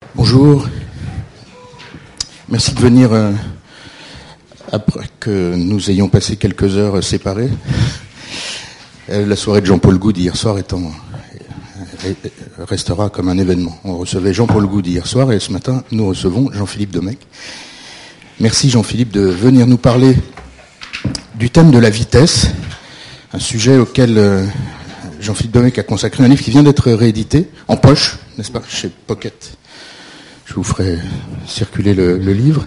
Bonjour. Merci de venir après que nous ayons passé quelques heures séparées. La soirée de Jean-Paul Goude hier soir restera comme un événement. On recevait Jean-Paul Goude hier soir et ce matin, nous recevons Jean-Philippe Domecq. Merci Jean-Philippe de venir nous parler du thème de la vitesse, un sujet auquel Jean-Philippe Domecq a consacré un livre qui vient d'être réédité, en poche, n'est-ce pas, chez Pocket. Je vous ferai circuler le livre.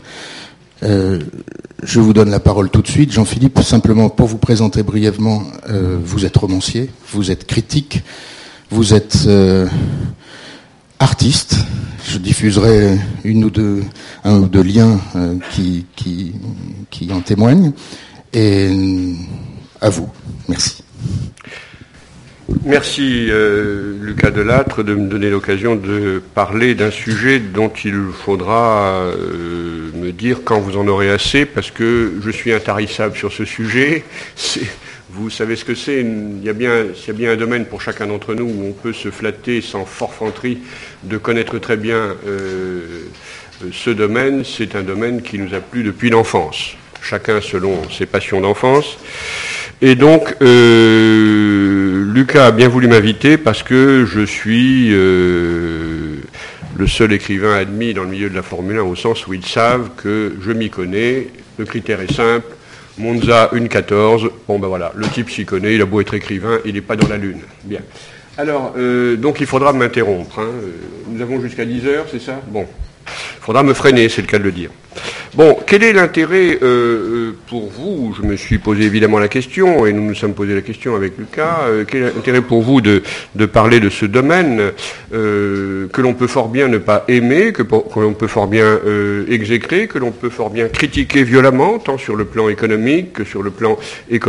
Je vous donne la parole tout de suite. Jean-Philippe, simplement pour vous présenter brièvement, vous êtes romancier, vous êtes critique, vous êtes artiste. Je diffuserai un ou deux liens qui en témoignent. Et à vous. Merci. Merci Lucas Delattre de me donner l'occasion de parler d'un sujet dont il faudra me dire quand vous en aurez assez, parce que je suis intarissable sur ce sujet. Vous savez ce que c'est, il y a bien un domaine pour chacun d'entre nous où on peut se flatter sans forfanterie de connaître très bien ce domaine. C'est un domaine qui nous a plu depuis l'enfance, chacun selon ses passions d'enfance. Et donc, Lucas a bien voulu m'inviter parce que je suis le seul écrivain admis dans le milieu de la Formule 1 au sens où ils savent que je m'y connais. Le critère est simple, Monza 1.14, bon ben voilà, le type s'y connaît, il a beau être écrivain, il n'est pas dans la lune. Bien. Alors, donc il faudra m'interrompre. Hein. Nous avons jusqu'à 10h, c'est ça ? Bon. Il faudra me freiner, c'est le cas de le dire. Bon, quel est l'intérêt pour vous ? Je me suis posé évidemment la question, et nous nous sommes posé la question avec Lucas. Quel est l'intérêt pour vous de parler de ce domaine que l'on peut fort bien ne pas aimer, que l'on peut fort bien exécrer, que l'on peut fort bien critiquer violemment, tant sur le plan économique que sur le plan écologique ?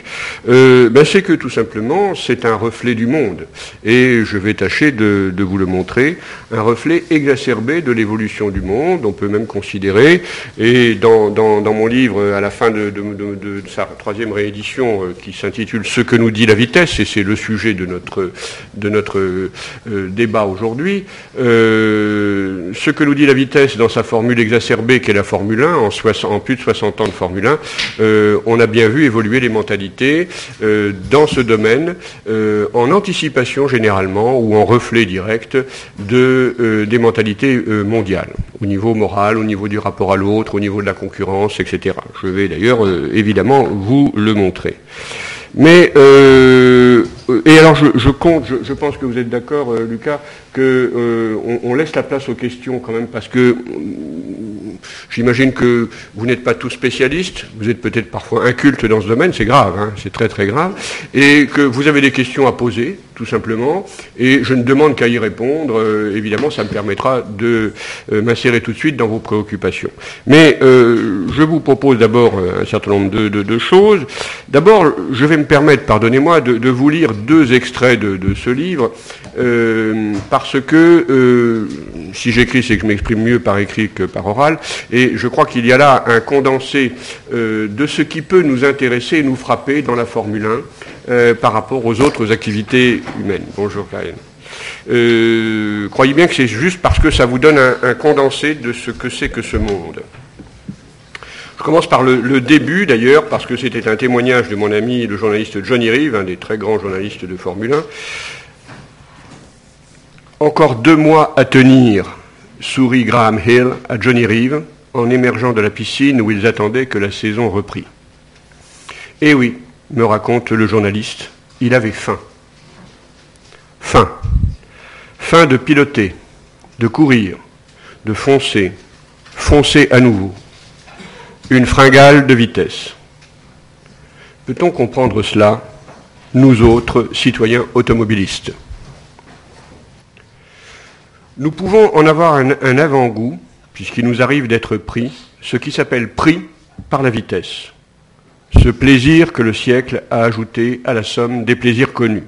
C'est que tout simplement, c'est un reflet du monde. Et je vais tâcher de vous le montrer, un reflet exacerbé de l'évolution du monde. On peut même considérer, et dans mon livre, à la fin de sa troisième réédition, qui s'intitule « Ce que nous dit la vitesse », et c'est le sujet de notre débat aujourd'hui, ce que nous dit la vitesse dans sa formule exacerbée qu'est la Formule 1, en plus de 60 ans de Formule 1, on a bien vu évoluer les mentalités dans ce domaine, en anticipation généralement, ou en reflet direct des mentalités mondiales, au niveau moral, au niveau du rapport à l'autre, au niveau de la concurrence, etc. Je vais d'ailleurs évidemment vous le montrer. Mais et alors je pense que vous êtes d'accord, Lucas, que on laisse la place aux questions quand même, parce que j'imagine que vous n'êtes pas tous spécialistes, vous êtes peut-être parfois incultes dans ce domaine, c'est grave, hein, c'est très très grave, et que vous avez des questions à poser, tout simplement, et je ne demande qu'à y répondre. Évidemment, ça me permettra de m'insérer tout de suite dans vos préoccupations. Mais je vous propose d'abord un certain nombre de choses. D'abord, je vais me permettre, pardonnez-moi, de vous lire deux extraits de ce livre, parce que si j'écris, c'est que je m'exprime mieux par écrit que par oral, et je crois qu'il y a là un condensé de ce qui peut nous intéresser et nous frapper dans la Formule 1 par rapport aux autres activités humaines. Bonjour Karine. Croyez bien que c'est juste parce que ça vous donne un condensé de ce que c'est que ce monde. Je commence par le début d'ailleurs, parce que c'était un témoignage de mon ami le journaliste Johnny Reeve, un des très grands journalistes de Formule 1. Encore 2 mois à tenir, sourit Graham Hill à Johnny Reeve, en émergeant de la piscine où ils attendaient que la saison reprît. Eh oui, me raconte le journaliste, il avait faim. Faim. Faim de piloter, de courir, de foncer, foncer à nouveau. Une fringale de vitesse. Peut-on comprendre cela, nous autres citoyens automobilistes ? Nous pouvons en avoir un avant-goût, puisqu'il nous arrive d'être pris, ce qui s'appelle pris par la vitesse. Ce plaisir que le siècle a ajouté à la somme des plaisirs connus.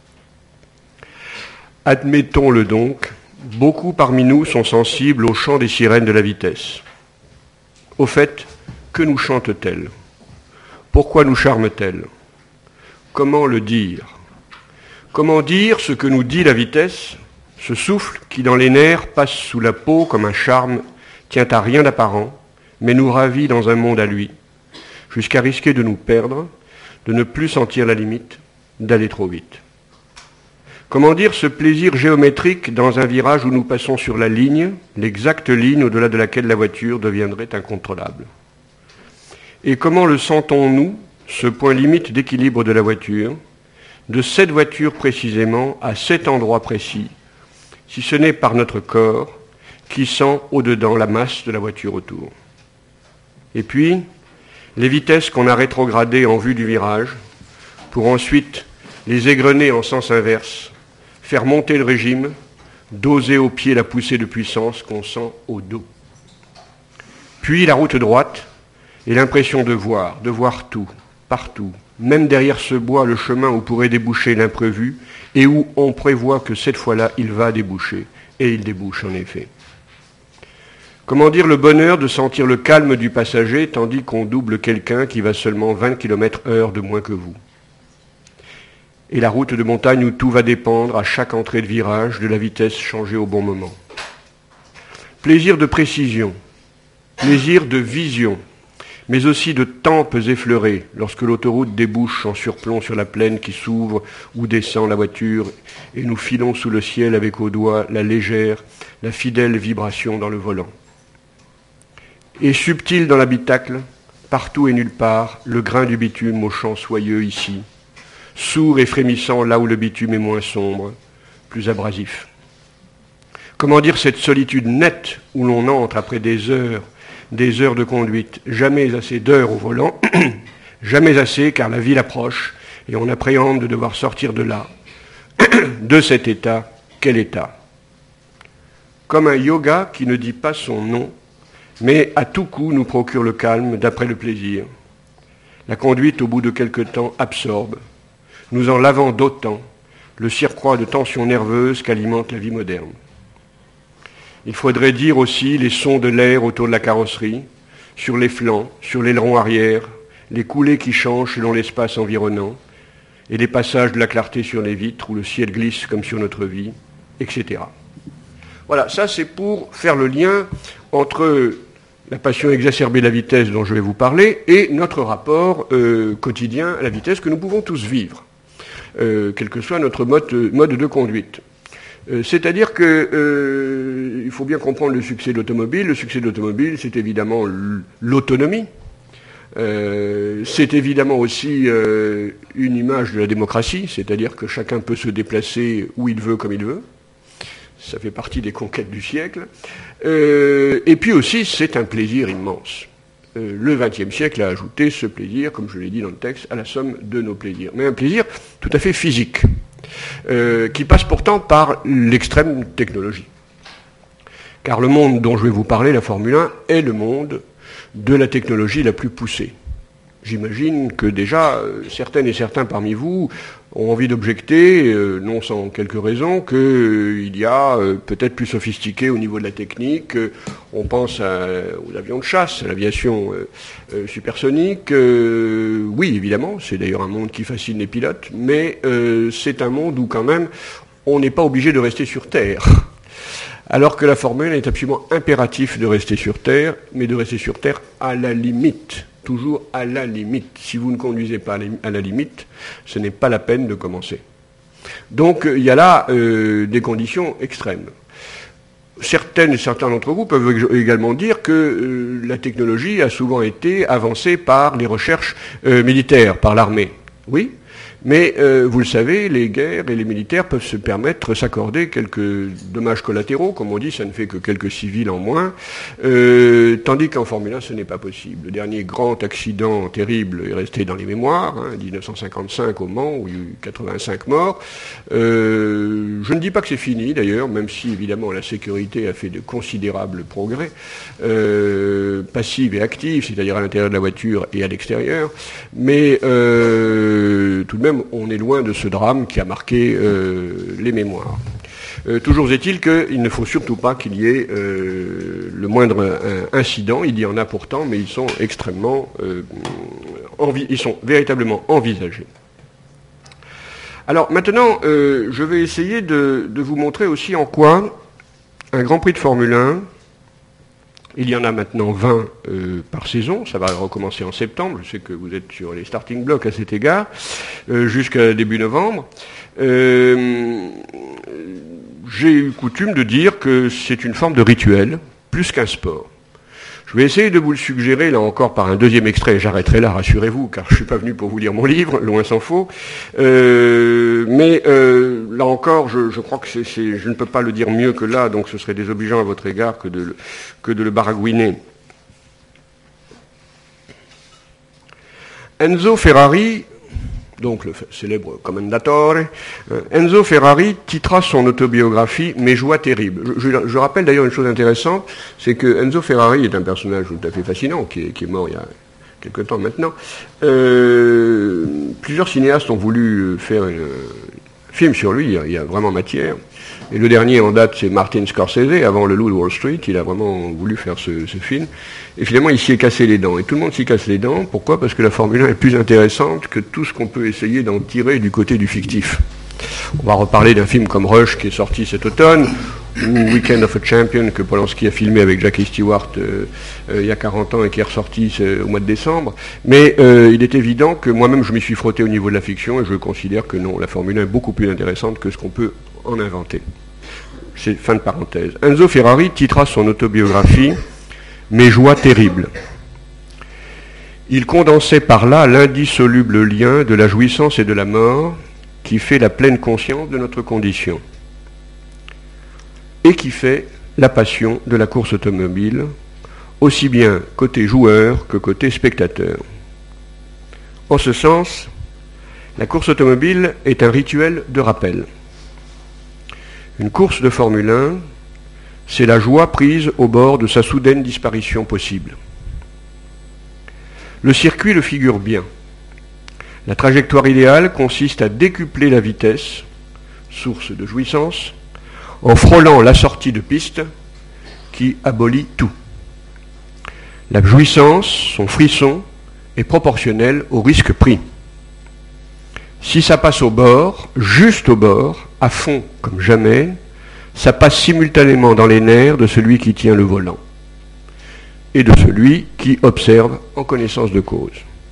Admettons-le donc, beaucoup parmi nous sont sensibles au chant des sirènes de la vitesse. Au fait, que nous chante-t-elle ? Pourquoi nous charme-t-elle ? Comment le dire ? Comment dire ce que nous dit la vitesse ? Ce souffle qui dans les nerfs passe sous la peau comme un charme, tient à rien d'apparent, mais nous ravit dans un monde à lui, jusqu'à risquer de nous perdre, de ne plus sentir la limite, d'aller trop vite. Comment dire ce plaisir géométrique dans un virage où nous passons sur la ligne, l'exacte ligne au-delà de laquelle la voiture deviendrait incontrôlable? Et comment le sentons-nous, ce point limite d'équilibre de la voiture, de cette voiture précisément, à cet endroit précis, si ce n'est par notre corps qui sent au-dedans la masse de la voiture autour? Et puis, les vitesses qu'on a rétrogradées en vue du virage, pour ensuite les égrener en sens inverse, faire monter le régime, doser au pied la poussée de puissance qu'on sent au dos. Puis la route droite et l'impression de voir tout, partout, même derrière ce bois, le chemin où pourrait déboucher l'imprévu et où on prévoit que cette fois-là, il va déboucher. Et il débouche en effet. Comment dire le bonheur de sentir le calme du passager tandis qu'on double quelqu'un qui va seulement 20 km/h de moins que vous? Et la route de montagne où tout va dépendre à chaque entrée de virage de la vitesse changée au bon moment. Plaisir de précision, plaisir de vision, mais aussi de tempes effleurées lorsque l'autoroute débouche en surplomb sur la plaine qui s'ouvre ou descend la voiture et nous filons sous le ciel avec au doigt la légère, la fidèle vibration dans le volant. Et subtil dans l'habitacle, partout et nulle part, le grain du bitume au chant soyeux ici, sourd et frémissant là où le bitume est moins sombre, plus abrasif. Comment dire cette solitude nette où l'on entre après des heures de conduite, jamais assez d'heures au volant, jamais assez car la ville approche et on appréhende de devoir sortir de là, de cet état, quel état? Comme un yoga qui ne dit pas son nom, mais à tout coup nous procure le calme d'après le plaisir. La conduite au bout de quelque temps absorbe, nous en lavant d'autant le surcroît de tension nerveuse qu'alimente la vie moderne. Il faudrait dire aussi les sons de l'air autour de la carrosserie, sur les flancs, sur l'aileron arrière, les coulées qui changent selon l'espace environnant, et les passages de la clarté sur les vitres où le ciel glisse comme sur notre vie, etc. Voilà, ça c'est pour faire le lien entre la passion exacerbée de la vitesse dont je vais vous parler et notre rapport quotidien à la vitesse que nous pouvons tous vivre, quel que soit notre mode de conduite. C'est-à-dire qu'il faut bien comprendre le succès de l'automobile. Le succès de l'automobile, c'est évidemment l'autonomie. C'est évidemment aussi une image de la démocratie, c'est-à-dire que chacun peut se déplacer où il veut, comme il veut. Ça fait partie des conquêtes du siècle. Et puis aussi, c'est un plaisir immense. Le XXe siècle a ajouté ce plaisir, comme je l'ai dit dans le texte, à la somme de nos plaisirs. Mais un plaisir tout à fait physique. Qui passe pourtant par l'extrême technologie. Car le monde dont je vais vous parler, la Formule 1, est le monde de la technologie la plus poussée. J'imagine que déjà, certaines et certains parmi vous ont envie d'objecter, non sans quelques raisons, qu'il y a peut-être plus sophistiqué au niveau de la technique. On pense aux avions de chasse, à l'aviation supersonique. Oui, évidemment, c'est d'ailleurs un monde qui fascine les pilotes, mais c'est un monde où quand même on n'est pas obligé de rester sur Terre. Alors que la Formule 1 est absolument impératif de rester sur Terre, mais de rester sur Terre à la limite. Toujours à la limite. Si vous ne conduisez pas à la limite, ce n'est pas la peine de commencer. Donc il y a là des conditions extrêmes. Certaines et certains d'entre vous peuvent également dire que la technologie a souvent été avancée par les recherches militaires, par l'armée. Oui, mais vous le savez, les guerres et les militaires peuvent se permettre, s'accorder quelques dommages collatéraux, comme on dit, ça ne fait que quelques civils en moins, tandis qu'en Formule 1, ce n'est pas possible. Le dernier grand accident terrible est resté dans les mémoires, 1955 au Mans, où il y a eu 85 morts. Je ne dis pas que c'est fini, d'ailleurs, même si, évidemment, la sécurité a fait de considérables progrès, passives et actives, c'est-à-dire à l'intérieur de la voiture et à l'extérieur, mais tout de même, on est loin de ce drame qui a marqué les mémoires. Toujours est-il qu'il ne faut surtout pas qu'il y ait le moindre incident. Il y en a pourtant, mais ils sont extrêmement, ils sont véritablement envisagés. Alors maintenant, je vais essayer de vous montrer aussi en quoi un Grand Prix de Formule 1, il y en a maintenant 20 par saison, ça va recommencer en septembre, je sais que vous êtes sur les starting blocks à cet égard, jusqu'à début novembre. J'ai eu coutume de dire que c'est une forme de rituel, plus qu'un sport. Je vais essayer de vous le suggérer, là encore, par un deuxième extrait. J'arrêterai là, rassurez-vous, car je ne suis pas venu pour vous lire mon livre, loin s'en faut. Mais là encore, je crois que je ne peux pas le dire mieux que là, donc ce serait désobligeant à votre égard que de le baragouiner. Enzo Ferrari, donc le célèbre commendatore, Enzo Ferrari titra son autobiographie « Mes joies terribles ». Je rappelle d'ailleurs une chose intéressante, c'est que Enzo Ferrari est un personnage tout à fait fascinant, qui est mort il y a quelque temps maintenant. Plusieurs cinéastes ont voulu faire un film sur lui, il y a vraiment matière. Et le dernier en date, c'est Martin Scorsese, avant Le Loup de Wall Street, il a vraiment voulu faire ce film. Et finalement, il s'y est cassé les dents. Et tout le monde s'y casse les dents. Pourquoi ? Parce que la Formule 1 est plus intéressante que tout ce qu'on peut essayer d'en tirer du côté du fictif. On va reparler d'un film comme Rush qui est sorti cet automne, ou Weekend of a Champion que Polanski a filmé avec Jackie Stewart il y a 40 ans et qui est ressorti au mois de décembre. Mais il est évident que moi-même je m'y suis frotté au niveau de la fiction et je considère que non, la Formule 1 est beaucoup plus intéressante que ce qu'on peut en inventer. C'est fin de parenthèse. Enzo Ferrari titra son autobiographie « Mes joies terribles ». Il condensait par là l'indissoluble lien de la jouissance et de la mort qui fait la pleine conscience de notre condition et qui fait la passion de la course automobile, aussi bien côté joueur que côté spectateur. En ce sens, la course automobile est un rituel de rappel. Une course de Formule 1, c'est la joie prise au bord de sa soudaine disparition possible. Le circuit le figure bien. La trajectoire idéale consiste à décupler la vitesse, source de jouissance, en frôlant la sortie de piste qui abolit tout. La jouissance, son frisson, est proportionnel au risque pris. Si ça passe au bord, juste au bord, à fond comme jamais, ça passe simultanément dans les nerfs de celui qui tient le volant et de celui qui observe en connaissance de cause.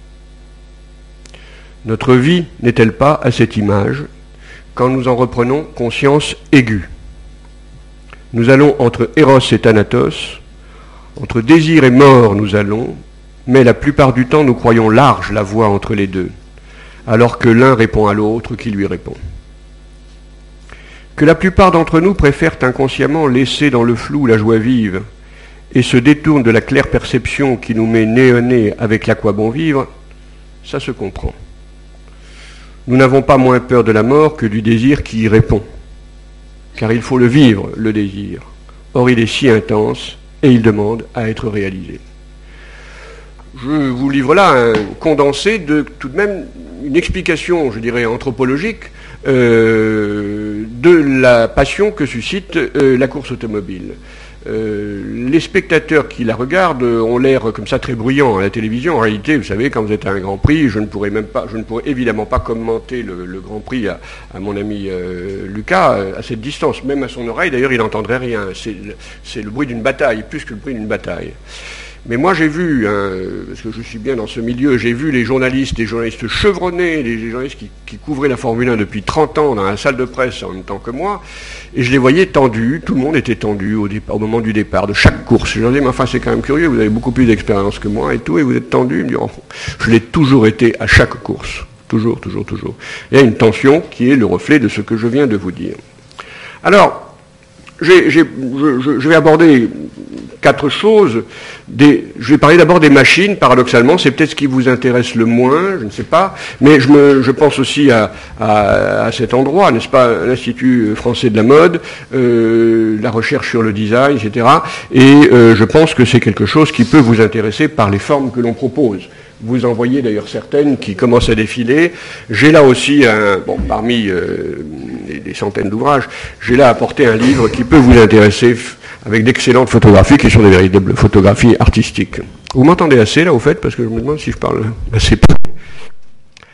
Notre vie n'est-elle pas à cette image quand nous en reprenons conscience aiguë? Nous allons entre Eros et Thanatos, entre désir et mort nous allons, mais la plupart du temps nous croyons large la voie entre les deux, alors que l'un répond à l'autre qui lui répond. Que la plupart d'entre nous préfèrent inconsciemment laisser dans le flou la joie vive et se détournent de la claire perception qui nous met nez à nez avec l'à quoi bon vivre, ça se comprend. Nous n'avons pas moins peur de la mort que du désir qui y répond, car il faut le vivre, le désir. Or, il est si intense et il demande à être réalisé. Je vous livre là un condensé de tout de même une explication, je dirais, anthropologique de la passion que suscite la course automobile. Les spectateurs qui la regardent ont l'air comme ça très bruyants à la télévision. En réalité, vous savez, quand vous êtes à un Grand Prix, je ne pourrais évidemment pas commenter le Grand Prix à mon ami Lucas à cette distance. Même à son oreille, d'ailleurs, il n'entendrait rien. C'est le bruit d'une bataille, plus que le bruit d'une bataille. Mais moi j'ai vu, parce que je suis bien dans ce milieu, j'ai vu les journalistes chevronnés, les journalistes qui couvraient la Formule 1 depuis 30 ans dans la salle de presse en même temps que moi, et je les voyais tendus, tout le monde était tendu au moment du départ de chaque course. Je leur disais, mais enfin c'est quand même curieux, vous avez beaucoup plus d'expérience que moi et tout, et vous êtes tendus. Ils me diront, je l'ai toujours été à chaque course, toujours. Il y a une tension qui est le reflet de ce que je viens de vous dire. Alors, je vais aborder 4 choses. Je vais parler d'abord des machines, paradoxalement, c'est peut-être ce qui vous intéresse le moins, je ne sais pas, mais je pense aussi à cet endroit, n'est-ce pas, l'Institut français de la mode, la recherche sur le design, etc. Et je pense que c'est quelque chose qui peut vous intéresser par les formes que l'on propose. Vous en voyez d'ailleurs certaines qui commencent à défiler. J'ai là aussi, parmi des centaines d'ouvrages, j'ai là apporté un livre qui peut vous intéresser avec d'excellentes photographies qui sont des véritables photographies artistiques. Vous m'entendez assez là au fait, parce que je me demande si je parle assez peu.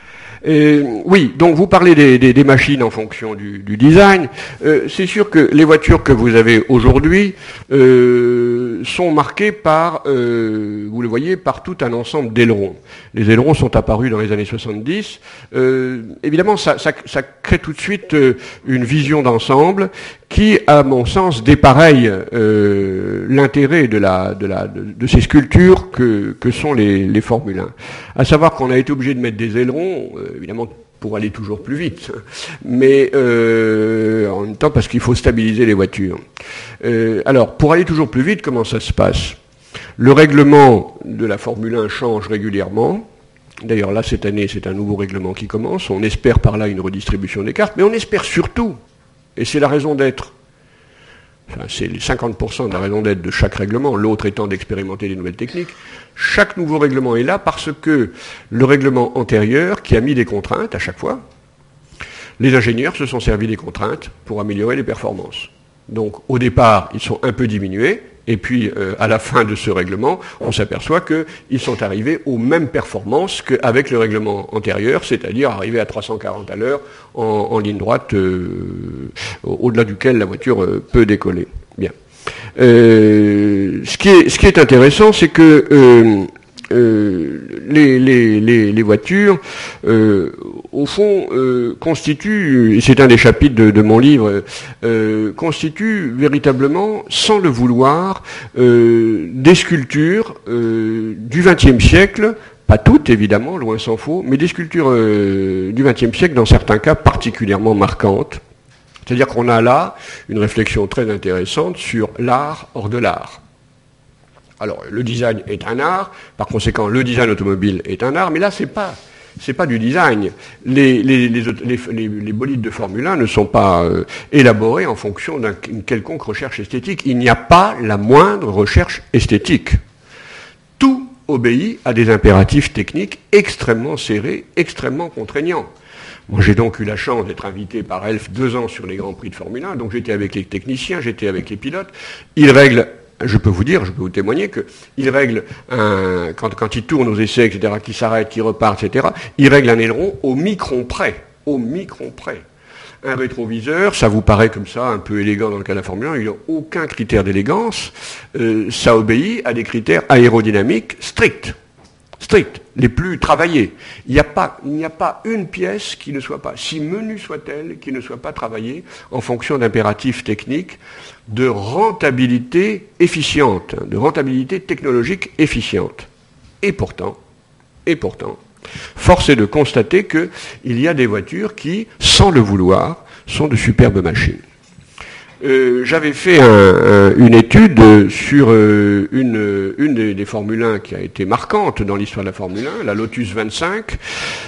Oui, donc vous parlez des machines en fonction du design. C'est sûr que les voitures que vous avez aujourd'hui sont marquées par, vous le voyez, par tout un ensemble d'ailerons. Les ailerons sont apparus dans les années 70. Évidemment, ça crée tout de suite une vision d'ensemble qui, à mon sens, dépareille l'intérêt de ces sculptures que sont les Formule 1. À savoir qu'on a été obligé de mettre des ailerons, évidemment pour aller toujours plus vite, mais en même temps parce qu'il faut stabiliser les voitures. Alors, pour aller toujours plus vite, comment ça se passe? Le règlement de la Formule 1 change régulièrement. D'ailleurs, là, cette année, c'est un nouveau règlement qui commence. On espère par là une redistribution des cartes, mais on espère surtout, et c'est la raison d'être, enfin, c'est les 50% de la raison d'être de chaque règlement, l'autre étant d'expérimenter des nouvelles techniques. Chaque nouveau règlement est là parce que le règlement antérieur, qui a mis des contraintes à chaque fois, les ingénieurs se sont servis des contraintes pour améliorer les performances. Donc, au départ, ils sont un peu diminués, et puis, à la fin de ce règlement, on s'aperçoit qu'ils sont arrivés aux mêmes performances qu'avec le règlement antérieur, c'est-à-dire arrivés à 340 à l'heure en ligne droite, au-delà duquel la voiture peut décoller. Bien. Ce qui est intéressant, c'est que les voitures, au fond, constituent, et c'est un des chapitres de mon livre, constituent véritablement, sans le vouloir, des sculptures du XXe siècle, pas toutes évidemment, loin s'en faut, mais des sculptures du XXe siècle, dans certains cas particulièrement marquantes. C'est-à-dire qu'on a là une réflexion très intéressante sur l'art hors de l'art. Alors, le design est un art, par conséquent, le design automobile est un art, mais là, c'est pas du design. Les bolides de Formule 1 ne sont pas élaborés en fonction d'une quelconque recherche esthétique. Il n'y a pas la moindre recherche esthétique. Tout obéit à des impératifs techniques extrêmement serrés, extrêmement contraignants. Moi, j'ai donc eu la chance d'être invité par Elf 2 ans sur les Grands Prix de Formule 1, donc j'étais avec les techniciens, j'étais avec les pilotes. Ils règlent, je peux vous témoigner qu'ils règlent quand ils tournent aux essais, etc., qu'ils s'arrêtent, qu'ils repartent, etc., ils règlent un aileron au micron près. Au micron près. Un rétroviseur, ça vous paraît comme ça, un peu élégant dans le cas de la Formule 1, il n'y a aucun critère d'élégance, ça obéit à des critères aérodynamiques stricts, les plus travaillés. Il n'y a pas une pièce qui ne soit pas, si menue soit-elle, qui ne soit pas travaillée en fonction d'impératifs techniques de rentabilité efficiente, de rentabilité technologique efficiente. Et pourtant, force est de constater qu'il y a des voitures qui, sans le vouloir, sont de superbes machines. J'avais fait une étude sur une des Formule 1 qui a été marquante dans l'histoire de la Formule 1, la Lotus 25,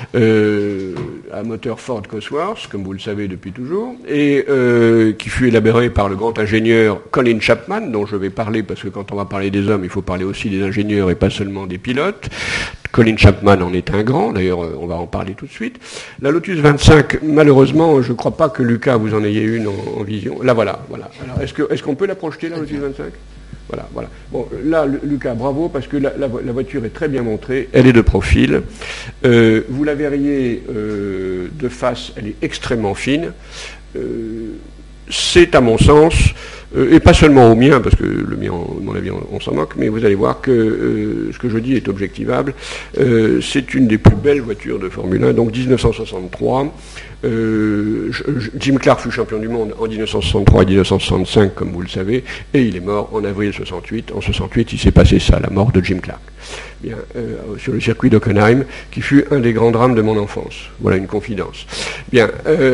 à moteur Ford Cosworth, comme vous le savez depuis toujours, et qui fut élaborée par le grand ingénieur Colin Chapman, dont je vais parler parce que quand on va parler des hommes, il faut parler aussi des ingénieurs et pas seulement des pilotes. Colin Chapman en est un grand, d'ailleurs on va en parler tout de suite. La Lotus 25, malheureusement, je ne crois pas que Lucas vous en ayez une en vision. Là voilà. Alors est-ce qu'on peut la projeter la Lotus 25 ? Voilà. Bon, là, Lucas, bravo, parce que la voiture est très bien montrée, elle est de profil. Vous la verriez de face, elle est extrêmement fine. C'est, à mon sens, et pas seulement au mien, parce que le mien, à mon avis, on s'en moque, mais vous allez voir que ce que je dis est objectivable. C'est une des plus belles voitures de Formule 1, donc 1963. Jim Clark fut champion du monde en 1963 et 1965, comme vous le savez, et il est mort en avril 68. En 68, il s'est passé ça, la mort de Jim Clark. Bien, sur le circuit d'Hockenheim, qui fut un des grands drames de mon enfance. Voilà une confidence. Bien,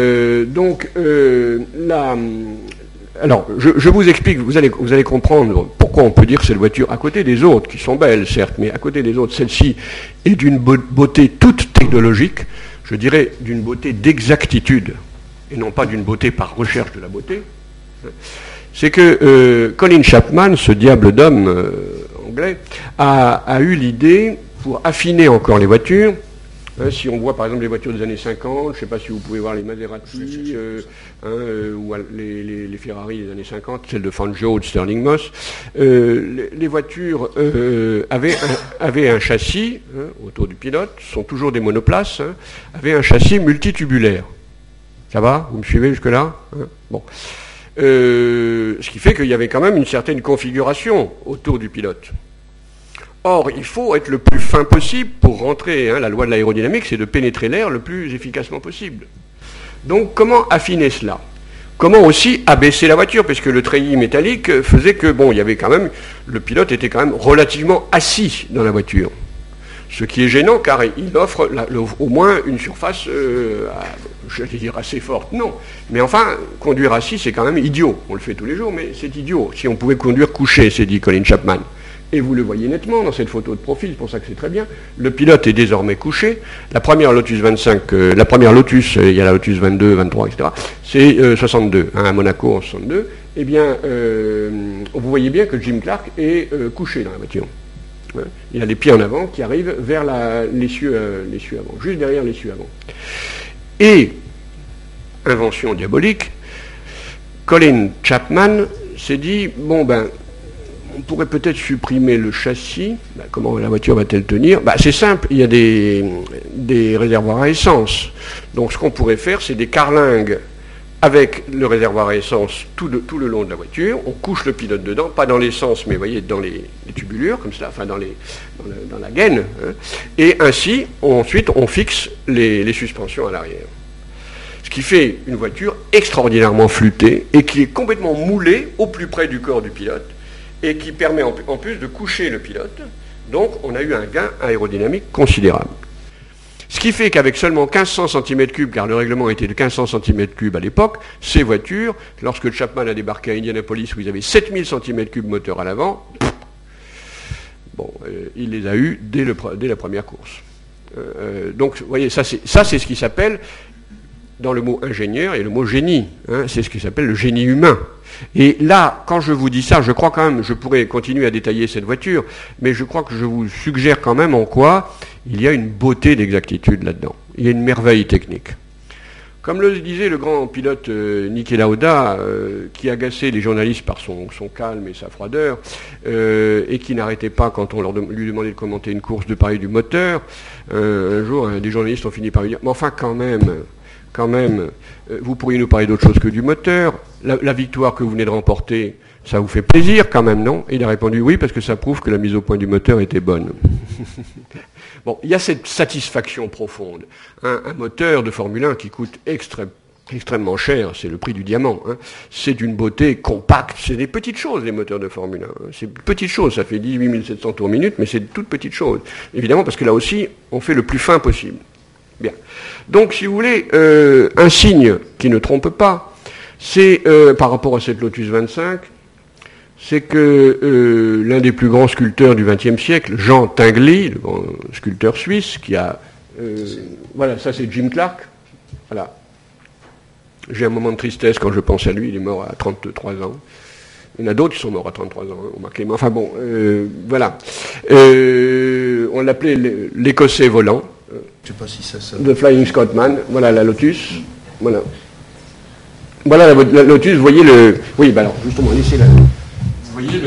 alors, je vous explique, vous allez comprendre pourquoi on peut dire que cette voiture, à côté des autres, qui sont belles, certes, mais à côté des autres, celle-ci est d'une beauté toute technologique, je dirais d'une beauté d'exactitude, et non pas d'une beauté par recherche de la beauté. C'est que Colin Chapman, ce diable d'homme anglais, a eu l'idée, pour affiner encore les voitures, Si on voit par exemple les voitures des années 50, je ne sais pas si vous pouvez voir les Maserati ou les Ferrari des années 50, celles de Fangio ou de Sterling Moss, les voitures avaient un châssis autour du pilote, sont toujours des monoplaces, avaient un châssis multitubulaire. Ça va? Vous me suivez jusque-là? Bon. Ce qui fait qu'il y avait quand même une certaine configuration autour du pilote. Or, il faut être le plus fin possible pour rentrer. La loi de l'aérodynamique, c'est de pénétrer l'air le plus efficacement possible. Donc, comment affiner cela? Comment aussi abaisser la voiture? Parce que le treillis métallique faisait que, il y avait quand même, le pilote était quand même relativement assis dans la voiture. Ce qui est gênant, car il offre au moins une surface, je vais dire assez forte, non. Mais enfin, conduire assis, c'est quand même idiot. On le fait tous les jours, mais c'est idiot. Si on pouvait conduire couché, c'est dit Colin Chapman. Et vous le voyez nettement dans cette photo de profil, c'est pour ça que c'est très bien. Le pilote est désormais couché. La première Lotus 25, il y a la Lotus 22, 23, etc. C'est 62, à Monaco en 62. Eh bien, vous voyez bien que Jim Clark est couché dans la voiture. Il a les pieds en avant qui arrivent vers l'essieu avant, juste derrière l'essieu avant. Et, invention diabolique, Colin Chapman s'est dit, on pourrait peut-être supprimer le châssis. Comment la voiture va-t-elle tenir? C'est simple, il y a des réservoirs à essence. Donc ce qu'on pourrait faire, c'est des carlingues avec le réservoir à essence tout le long de la voiture. On couche le pilote dedans, pas dans l'essence, mais vous voyez, dans les tubulures, comme ça, enfin dans la gaine. Et ainsi, ensuite, on fixe les suspensions à l'arrière. Ce qui fait une voiture extraordinairement flûtée et qui est complètement moulée au plus près du corps du pilote et qui permet en plus de coucher le pilote. Donc, on a eu un gain aérodynamique considérable. Ce qui fait qu'avec seulement 1500 cm3, car le règlement était de 1500 cm3 à l'époque, ces voitures, lorsque Chapman a débarqué à Indianapolis où ils avaient 7000 cm3 moteur à l'avant, il les a eus dès la première course. Donc, vous voyez, ça c'est ce qui s'appelle, dans le mot ingénieur et le mot génie, c'est ce qui s'appelle le génie humain. Et là, quand je vous dis ça, je crois quand même, je pourrais continuer à détailler cette voiture, mais je crois que je vous suggère quand même en quoi il y a une beauté d'exactitude là-dedans. Il y a une merveille technique. Comme le disait le grand pilote Niki Lauda, qui agaçait les journalistes par son calme et sa froideur, et qui n'arrêtait pas quand on lui demandait de commenter une course de Paris du moteur, un jour, des journalistes ont fini par lui dire « Mais enfin, quand même, vous pourriez nous parler d'autre chose que du moteur. La victoire que vous venez de remporter, ça vous fait plaisir quand même, non ?» Et il a répondu « Oui, parce que ça prouve que la mise au point du moteur était bonne. » Bon, il y a cette satisfaction profonde. Un moteur de Formule 1 qui coûte extrêmement cher, c'est le prix du diamant. C'est d'une beauté compacte. C'est des petites choses, les moteurs de Formule 1. C'est des petites choses. Ça fait 18 700 tours minute, mais c'est de toutes petites choses. Évidemment, parce que là aussi, on fait le plus fin possible. Bien. Donc, si vous voulez, un signe qui ne trompe pas, c'est, par rapport à cette Lotus 25, c'est que l'un des plus grands sculpteurs du XXe siècle, Jean Tinguely, le grand sculpteur suisse, qui a... voilà, ça c'est Jim Clark. Voilà. J'ai un moment de tristesse quand je pense à lui, il est mort à 33 ans. Il y en a d'autres qui sont morts à 33 ans, remarquez. Mais enfin bon, voilà. On l'appelait l'Écossais volant. Je sais pas si ça... The Flying Scotsman, voilà la Lotus. Voilà. Voilà la Lotus, vous voyez le... Oui, alors justement, laissez-la... Vous voyez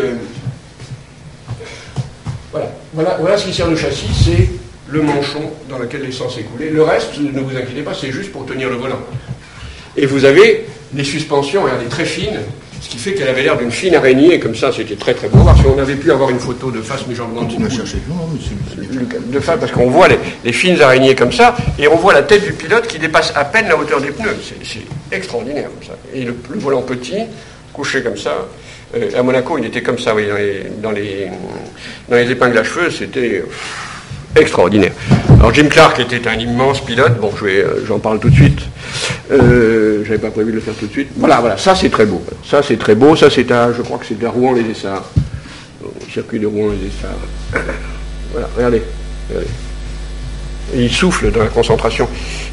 voilà ce qui sert de châssis, c'est le manchon dans lequel l'essence est coulée. Le reste, ne vous inquiétez pas, c'est juste pour tenir le volant. Et vous avez des suspensions, regardez, très fines, ce qui fait qu'elle avait l'air d'une fine araignée, comme ça, c'était très très beau. Si on avait pu avoir une photo de face, mais j'en demande une de face, parce qu'on voit les fines araignées comme ça, et on voit la tête du pilote qui dépasse à peine la hauteur des pneus. C'est extraordinaire comme ça. Et le volant petit, couché comme ça. À Monaco, il était comme ça, oui, dans les épingles à cheveux, c'était extraordinaire. Alors Jim Clark était un immense pilote, bon, j'en parle tout de suite, j'avais pas prévu de le faire tout de suite. Voilà, ça c'est très beau, ça c'est je crois que c'est à Rouen-les-Essarts, au circuit de Rouen-les-Essarts. Voilà, regardez. Et il souffle dans la concentration.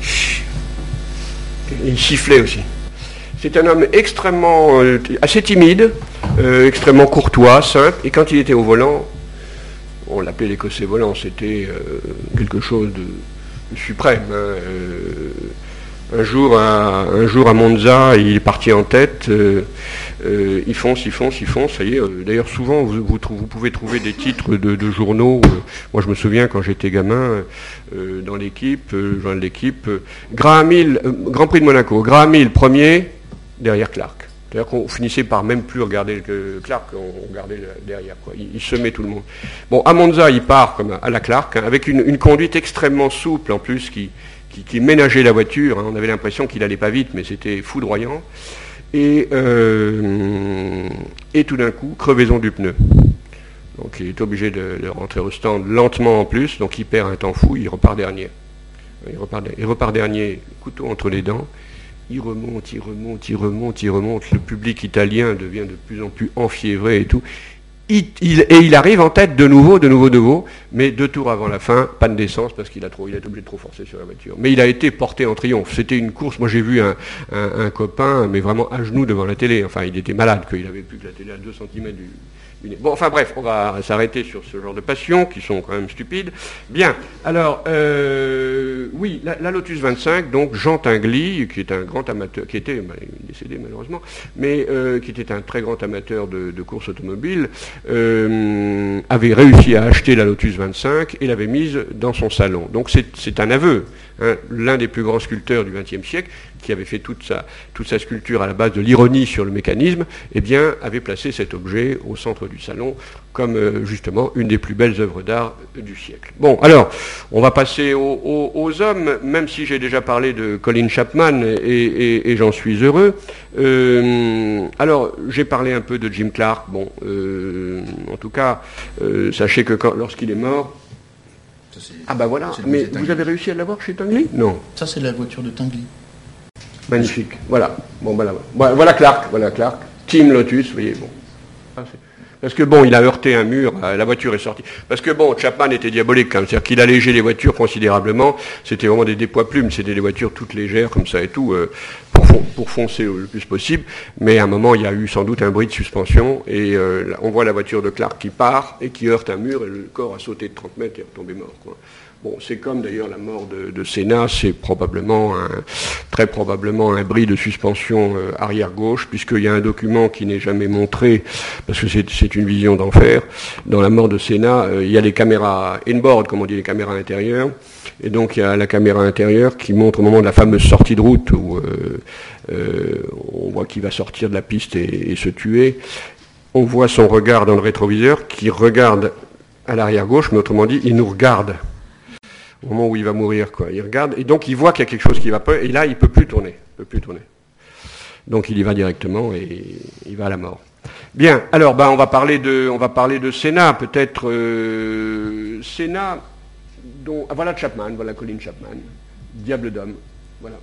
Et il sifflait aussi. C'est un homme extrêmement, assez timide, extrêmement courtois, simple, et quand il était au volant, on l'appelait l'Écossais volant, c'était quelque chose suprême. Un jour à Monza, il est parti en tête. Il fonce, ça y est. D'ailleurs, souvent, vous pouvez trouver des titres de journaux. Moi, je me souviens, quand j'étais gamin, dans l'équipe, journal de l'équipe, Graham Hill, Grand Prix de Monaco, Graham Hill, premier, derrière Clark. C'est-à-dire qu'on finissait par même plus regarder Clark, on regardait derrière, quoi. Il semait tout le monde. Bon, à Monza, il part comme à la Clark, hein, avec une conduite extrêmement souple, en plus, qui ménageait la voiture, hein. On avait l'impression qu'il allait pas vite, mais c'était foudroyant. Et tout d'un coup, crevaison du pneu. Donc il est obligé de rentrer au stand lentement en plus, donc il perd un temps fou, il repart dernier. Il repart dernier, couteau entre les dents. Il remonte, le public italien devient de plus en plus enfiévré et tout. Il arrive en tête de nouveau, mais 2 tours avant la fin, panne d'essence parce qu'il a été obligé de trop forcer sur la voiture. Mais il a été porté en triomphe. C'était une course, moi j'ai vu un copain, mais vraiment à genoux devant la télé. Enfin, il était malade, qu'il avait plus que la télé à 2 cm du nez. Bon, enfin bref, on va s'arrêter sur ce genre de passions qui sont quand même stupides. Bien, alors, oui, la Lotus 25, donc Jean Tinguely, qui est un grand amateur, qui était décédé malheureusement, mais qui était un très grand amateur de course automobile, avait réussi à acheter la Lotus 25 et l'avait mise dans son salon. Donc c'est un aveu, hein, l'un des plus grands sculpteurs du XXe siècle, qui avait fait toute sa sculpture à la base de l'ironie sur le mécanisme, eh bien, avait placé cet objet au centre du salon comme justement une des plus belles œuvres d'art du siècle. Bon, alors, on va passer aux hommes, même si j'ai déjà parlé de Colin Chapman et j'en suis heureux. Alors, j'ai parlé un peu de Jim Clark. Bon, en tout cas, sachez que lorsqu'il est mort, ah bah voilà, mais vous avez réussi à l'avoir chez Tinguely? Non. Ça, c'est la voiture de Tinguely. Magnifique, voilà. Bon, voilà Clark, Team Lotus, vous voyez, bon. Parce que bon, il a heurté un mur, la voiture est sortie. Parce que bon, Chapman était diabolique quand même, c'est-à-dire qu'il allégeait les voitures considérablement, c'était vraiment des poids-plumes, c'était des voitures toutes légères comme ça et tout, pour foncer le plus possible, mais à un moment, il y a eu sans doute un bruit de suspension, et on voit la voiture de Clark qui part, et qui heurte un mur, et le corps a sauté de 30 mètres et est retombé mort, quoi. Bon, c'est comme d'ailleurs la mort de Senna, c'est très probablement un bris de suspension arrière-gauche, puisqu'il y a un document qui n'est jamais montré, parce que c'est une vision d'enfer. Dans la mort de Senna, il y a les caméras inboard, comme on dit, les caméras intérieures, et donc il y a la caméra intérieure qui montre au moment de la fameuse sortie de route, où on voit qu'il va sortir de la piste et se tuer. On voit son regard dans le rétroviseur, qui regarde à l'arrière-gauche, mais autrement dit, il nous regarde. Au moment où il va mourir, quoi. Il regarde, et donc il voit qu'il y a quelque chose qui va pas, et là, il peut plus tourner. Donc il y va directement, et il va à la mort. Bien, alors, on va parler de Senna, peut-être, Senna, dont, voilà Colin Chapman, Diable d'homme, voilà.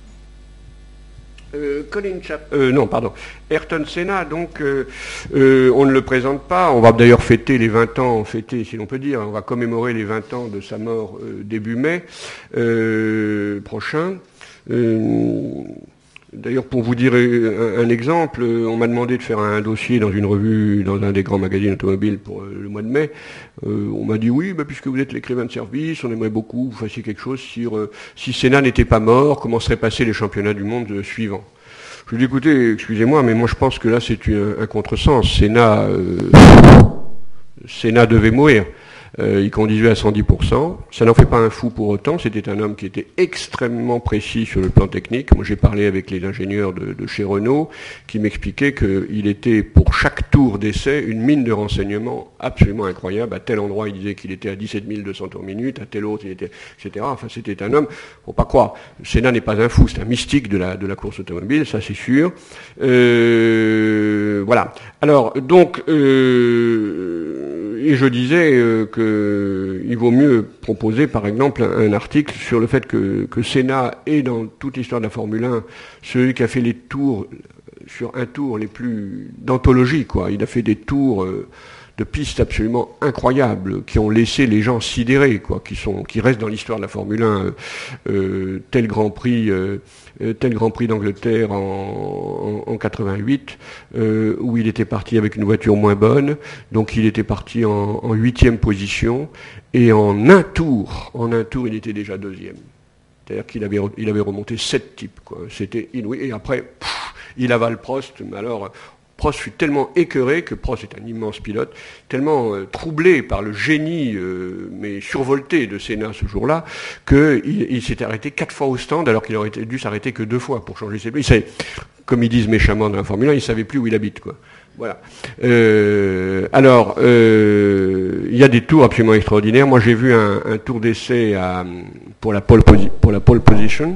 Ayrton Senna, donc, on ne le présente pas. On va d'ailleurs fêter les 20 ans, si l'on peut dire, on va commémorer les 20 ans de sa mort début mai prochain. D'ailleurs, pour vous dire un exemple, on m'a demandé de faire un dossier dans une revue, dans un des grands magazines automobiles pour le mois de mai. On m'a dit oui, puisque vous êtes l'écrivain de service, on aimerait beaucoup que vous fassiez quelque chose sur si Senna n'était pas mort, comment seraient passés les championnats du monde suivants. Je lui ai dit, écoutez, excusez-moi, mais moi je pense que là c'est un contresens. Senna devait mourir. Il conduisait à 110%. Ça n'en fait pas un fou pour autant. C'était un homme qui était extrêmement précis sur le plan technique. Moi, j'ai parlé avec les ingénieurs de chez Renault qui m'expliquaient qu'il était, pour chaque tour d'essai, une mine de renseignements absolument incroyable. À tel endroit, il disait qu'il était à 17 200 tours minute. À tel autre, il était, etc. Enfin, c'était un homme, faut pas croire. Senna n'est pas un fou. C'est un mystique de la course automobile, ça c'est sûr. Voilà. Alors, donc, et je disais qu'il vaut mieux proposer, par exemple, un article sur le fait que Senna est, dans toute l'histoire de la Formule 1, celui qui a fait les tours, sur un tour les plus d'anthologie, quoi. Il a fait des tours de pistes absolument incroyables qui ont laissé les gens sidérés, quoi, qui restent dans l'histoire de la Formule 1, tel Grand Prix d'Angleterre en 88, où il était parti avec une voiture moins bonne, donc il était parti en 8e position, et en un tour, il était déjà 2e. C'est-à-dire qu'il avait remonté 7 types, quoi. C'était inouï. Et après, il avale Prost, mais alors Prost fut tellement écœuré, que Prost est un immense pilote, tellement troublé par le génie, mais survolté de Senna ce jour-là, qu'il s'était arrêté 4 fois au stand, alors qu'il aurait dû s'arrêter que 2 fois pour changer ses pneus. Comme ils disent méchamment dans la Formule 1, il ne savait plus où il habite, quoi. Voilà. Il y a des tours absolument extraordinaires. Moi, j'ai vu un tour d'essai pour la pole position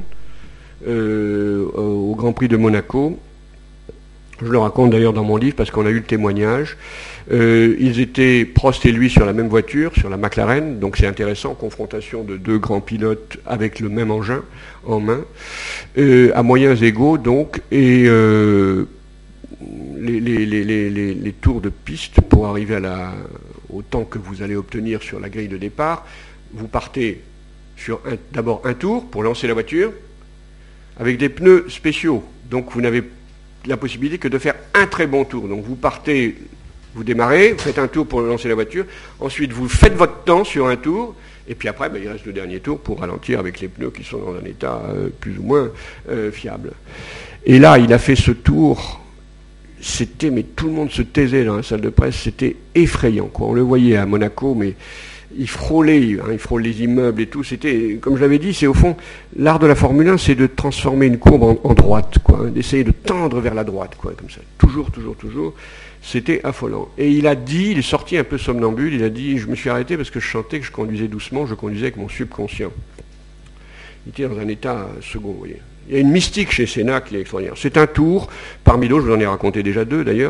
au Grand Prix de Monaco. Je le raconte d'ailleurs dans mon livre parce qu'on a eu le témoignage. Ils étaient, Prost et lui, sur la même voiture, sur la McLaren, donc c'est intéressant, confrontation de 2 grands pilotes avec le même engin en main, à moyens égaux donc, et les tours de piste pour arriver au temps que vous allez obtenir sur la grille de départ, vous partez sur d'abord un tour pour lancer la voiture avec des pneus spéciaux, donc vous n'avez la possibilité que de faire un très bon tour. Donc vous partez, vous démarrez, vous faites un tour pour lancer la voiture, ensuite vous faites votre temps sur un tour, et puis après il reste le dernier tour pour ralentir avec les pneus qui sont dans un état plus ou moins fiable. Et là il a fait ce tour, mais tout le monde se taisait dans la salle de presse, c'était effrayant, quoi. On le voyait à Monaco, mais il frôle les immeubles et tout. C'était, comme je l'avais dit, c'est au fond, l'art de la Formule 1, c'est de transformer une courbe en droite, quoi, d'essayer de tendre vers la droite, quoi, comme ça. Toujours. C'était affolant. Et il est sorti un peu somnambule, il a dit, je me suis arrêté parce que je sentais que je conduisais doucement, je conduisais avec mon subconscient. Il était dans un état second, vous voyez. Il y a une mystique chez Senna qui est extraordinaire. C'est un tour, parmi d'autres, je vous en ai raconté déjà 2 d'ailleurs,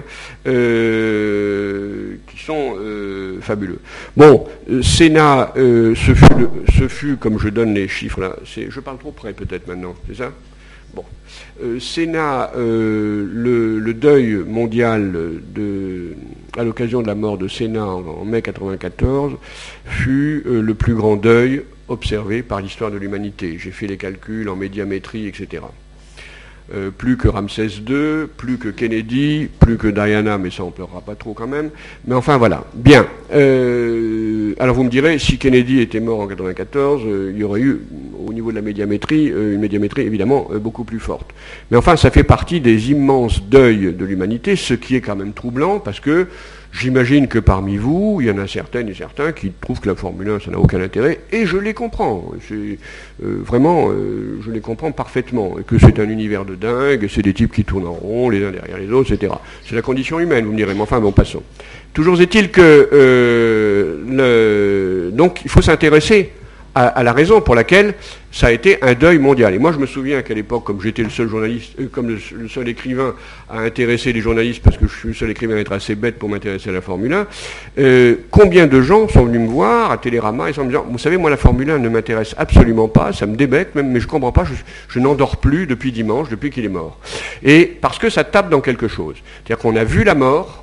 qui sont fabuleux. Bon, Senna, ce fut, comme je donne les chiffres là, je parle trop près peut-être maintenant, c'est ça ? Bon. Senna, le deuil mondial à l'occasion de la mort de Senna en mai 1994 fut le plus grand deuil observé par l'histoire de l'humanité. J'ai fait les calculs en médiamétrie, etc. Plus que Ramsès II, plus que Kennedy, plus que Diana, mais ça on ne pleurera pas trop quand même. Mais enfin voilà. Bien. Alors vous me direz, si Kennedy était mort en 1994, il y aurait eu, au niveau de la médiamétrie, une médiamétrie évidemment beaucoup plus forte. Mais enfin, ça fait partie des immenses deuils de l'humanité, ce qui est quand même troublant, parce que j'imagine que parmi vous, il y en a certaines et certains qui trouvent que la Formule 1, ça n'a aucun intérêt, et je les comprends. Vraiment, je les comprends parfaitement. Et que c'est un univers de dingue, c'est des types qui tournent en rond, les uns derrière les autres, etc. C'est la condition humaine, vous me direz, mais enfin, bon, passons. Toujours est-il que donc, il faut s'intéresser à la raison pour laquelle ça a été un deuil mondial. Et moi, je me souviens qu'à l'époque, comme j'étais le seul journaliste, comme le seul écrivain à intéresser les journalistes, parce que je suis le seul écrivain à être assez bête pour m'intéresser à la Formule 1, combien de gens sont venus me voir à Télérama et sont me disant, vous savez, moi, la Formule 1 ne m'intéresse absolument pas, ça me débecte même, mais je ne comprends pas, je n'endors plus depuis dimanche, depuis qu'il est mort. Et parce que ça tape dans quelque chose. C'est-à-dire qu'on a vu la mort,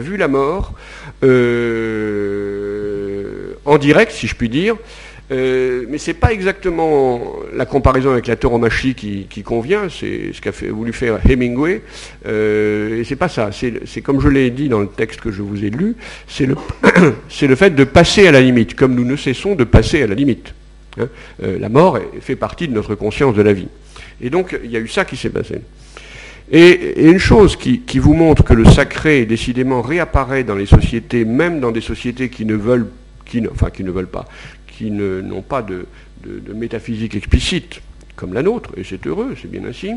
en direct, si je puis dire, mais c'est pas exactement la comparaison avec la tauromachie qui convient, c'est ce qu'a voulu faire Hemingway, et c'est pas ça, c'est comme je l'ai dit dans le texte que je vous ai lu, c'est le fait de passer à la limite, comme nous ne cessons de passer à la limite. Hein. La mort fait partie de notre conscience de la vie. Et donc, il y a eu ça qui s'est passé. Et une chose qui vous montre que le sacré, décidément, réapparaît dans les sociétés, même dans des sociétés qui n'ont pas de métaphysique explicite, comme la nôtre, et c'est heureux, c'est bien ainsi.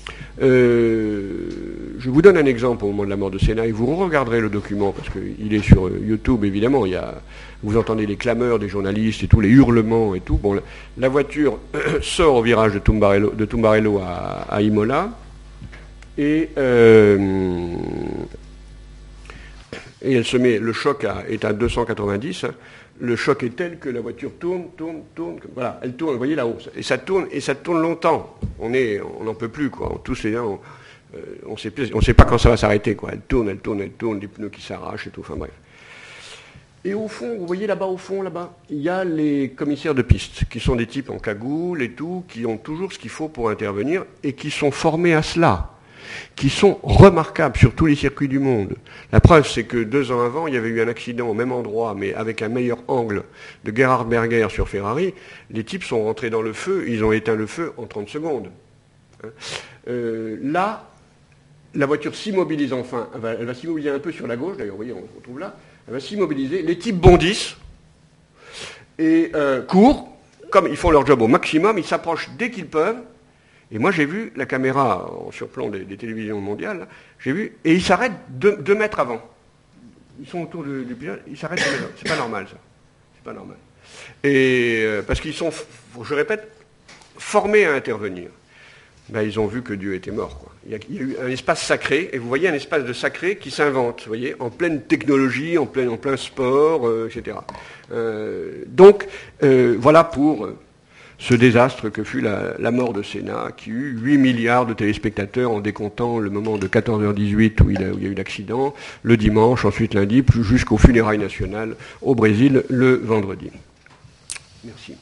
Je vous donne un exemple au moment de la mort de Senna, et vous regarderez le document, parce qu'il est sur YouTube, évidemment, vous entendez les clameurs des journalistes et tous les hurlements et tout. Bon, la voiture sort au virage de Tumbarello à Imola, et elle se met, le choc est à 290, hein. Le choc est tel que la voiture tourne, voilà, elle tourne, vous voyez là-haut, et ça tourne longtemps. On n'en peut plus, quoi. Tous les uns, on sait pas quand ça va s'arrêter, quoi. Elle tourne, les pneus qui s'arrachent et tout, enfin bref. Et au fond, vous voyez là-bas, au fond, là-bas, il y a les commissaires de piste, qui sont des types en cagoule et tout, qui ont toujours ce qu'il faut pour intervenir, et qui sont formés à cela, qui sont remarquables sur tous les circuits du monde. La preuve, c'est que 2 ans avant, il y avait eu un accident au même endroit, mais avec un meilleur angle de Gerhard Berger sur Ferrari. Les types sont rentrés dans le feu, ils ont éteint le feu en 30 secondes. Là, la voiture s'immobilise enfin, elle va s'immobiliser un peu sur la gauche, d'ailleurs, vous voyez, on se retrouve là, elle va s'immobiliser, les types bondissent et courent, comme ils font leur job au maximum, ils s'approchent dès qu'ils peuvent. Et moi, j'ai vu la caméra en surplomb des télévisions mondiales, j'ai vu, et ils s'arrêtent 2 mètres avant. Ils sont autour du pilote, ils s'arrêtent 2 mètres. C'est pas normal, ça. C'est pas normal. Et parce qu'ils sont, je répète, formés à intervenir. Ben, ils ont vu que Dieu était mort, quoi. Il y a eu un espace sacré, et vous voyez un espace de sacré qui s'invente, vous voyez, en pleine technologie, en plein sport, etc. Donc, voilà pour ce désastre que fut la mort de Senna, qui eut 8 milliards de téléspectateurs en décomptant le moment de 14h18 où il y a eu l'accident, le dimanche, ensuite lundi, jusqu'aux funérailles nationales au Brésil le vendredi. Merci.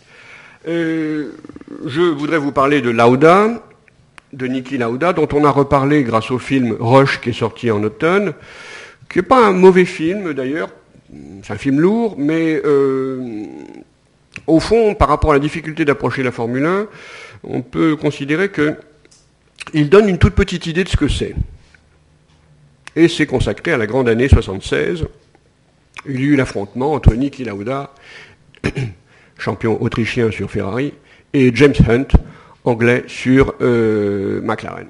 Je voudrais vous parler de Lauda, de Niki Lauda, dont on a reparlé grâce au film Rush qui est sorti en automne, qui n'est pas un mauvais film d'ailleurs, c'est un film lourd, mais au fond, par rapport à la difficulté d'approcher la Formule 1, on peut considérer qu'il donne une toute petite idée de ce que c'est. Et c'est consacré à la grande année 76. Il y a eu l'affrontement entre Niki Lauda, champion autrichien sur Ferrari, et James Hunt, anglais sur McLaren.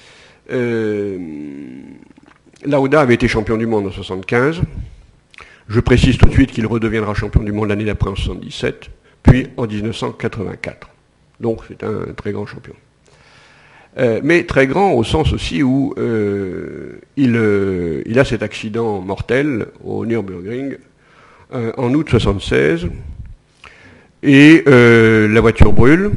Lauda avait été champion du monde en 75. Je précise tout de suite qu'il redeviendra champion du monde l'année d'après en 77, puis en 1984. Donc c'est un très grand champion. Mais très grand au sens aussi où il a cet accident mortel au Nürburgring en août 76, et la voiture brûle.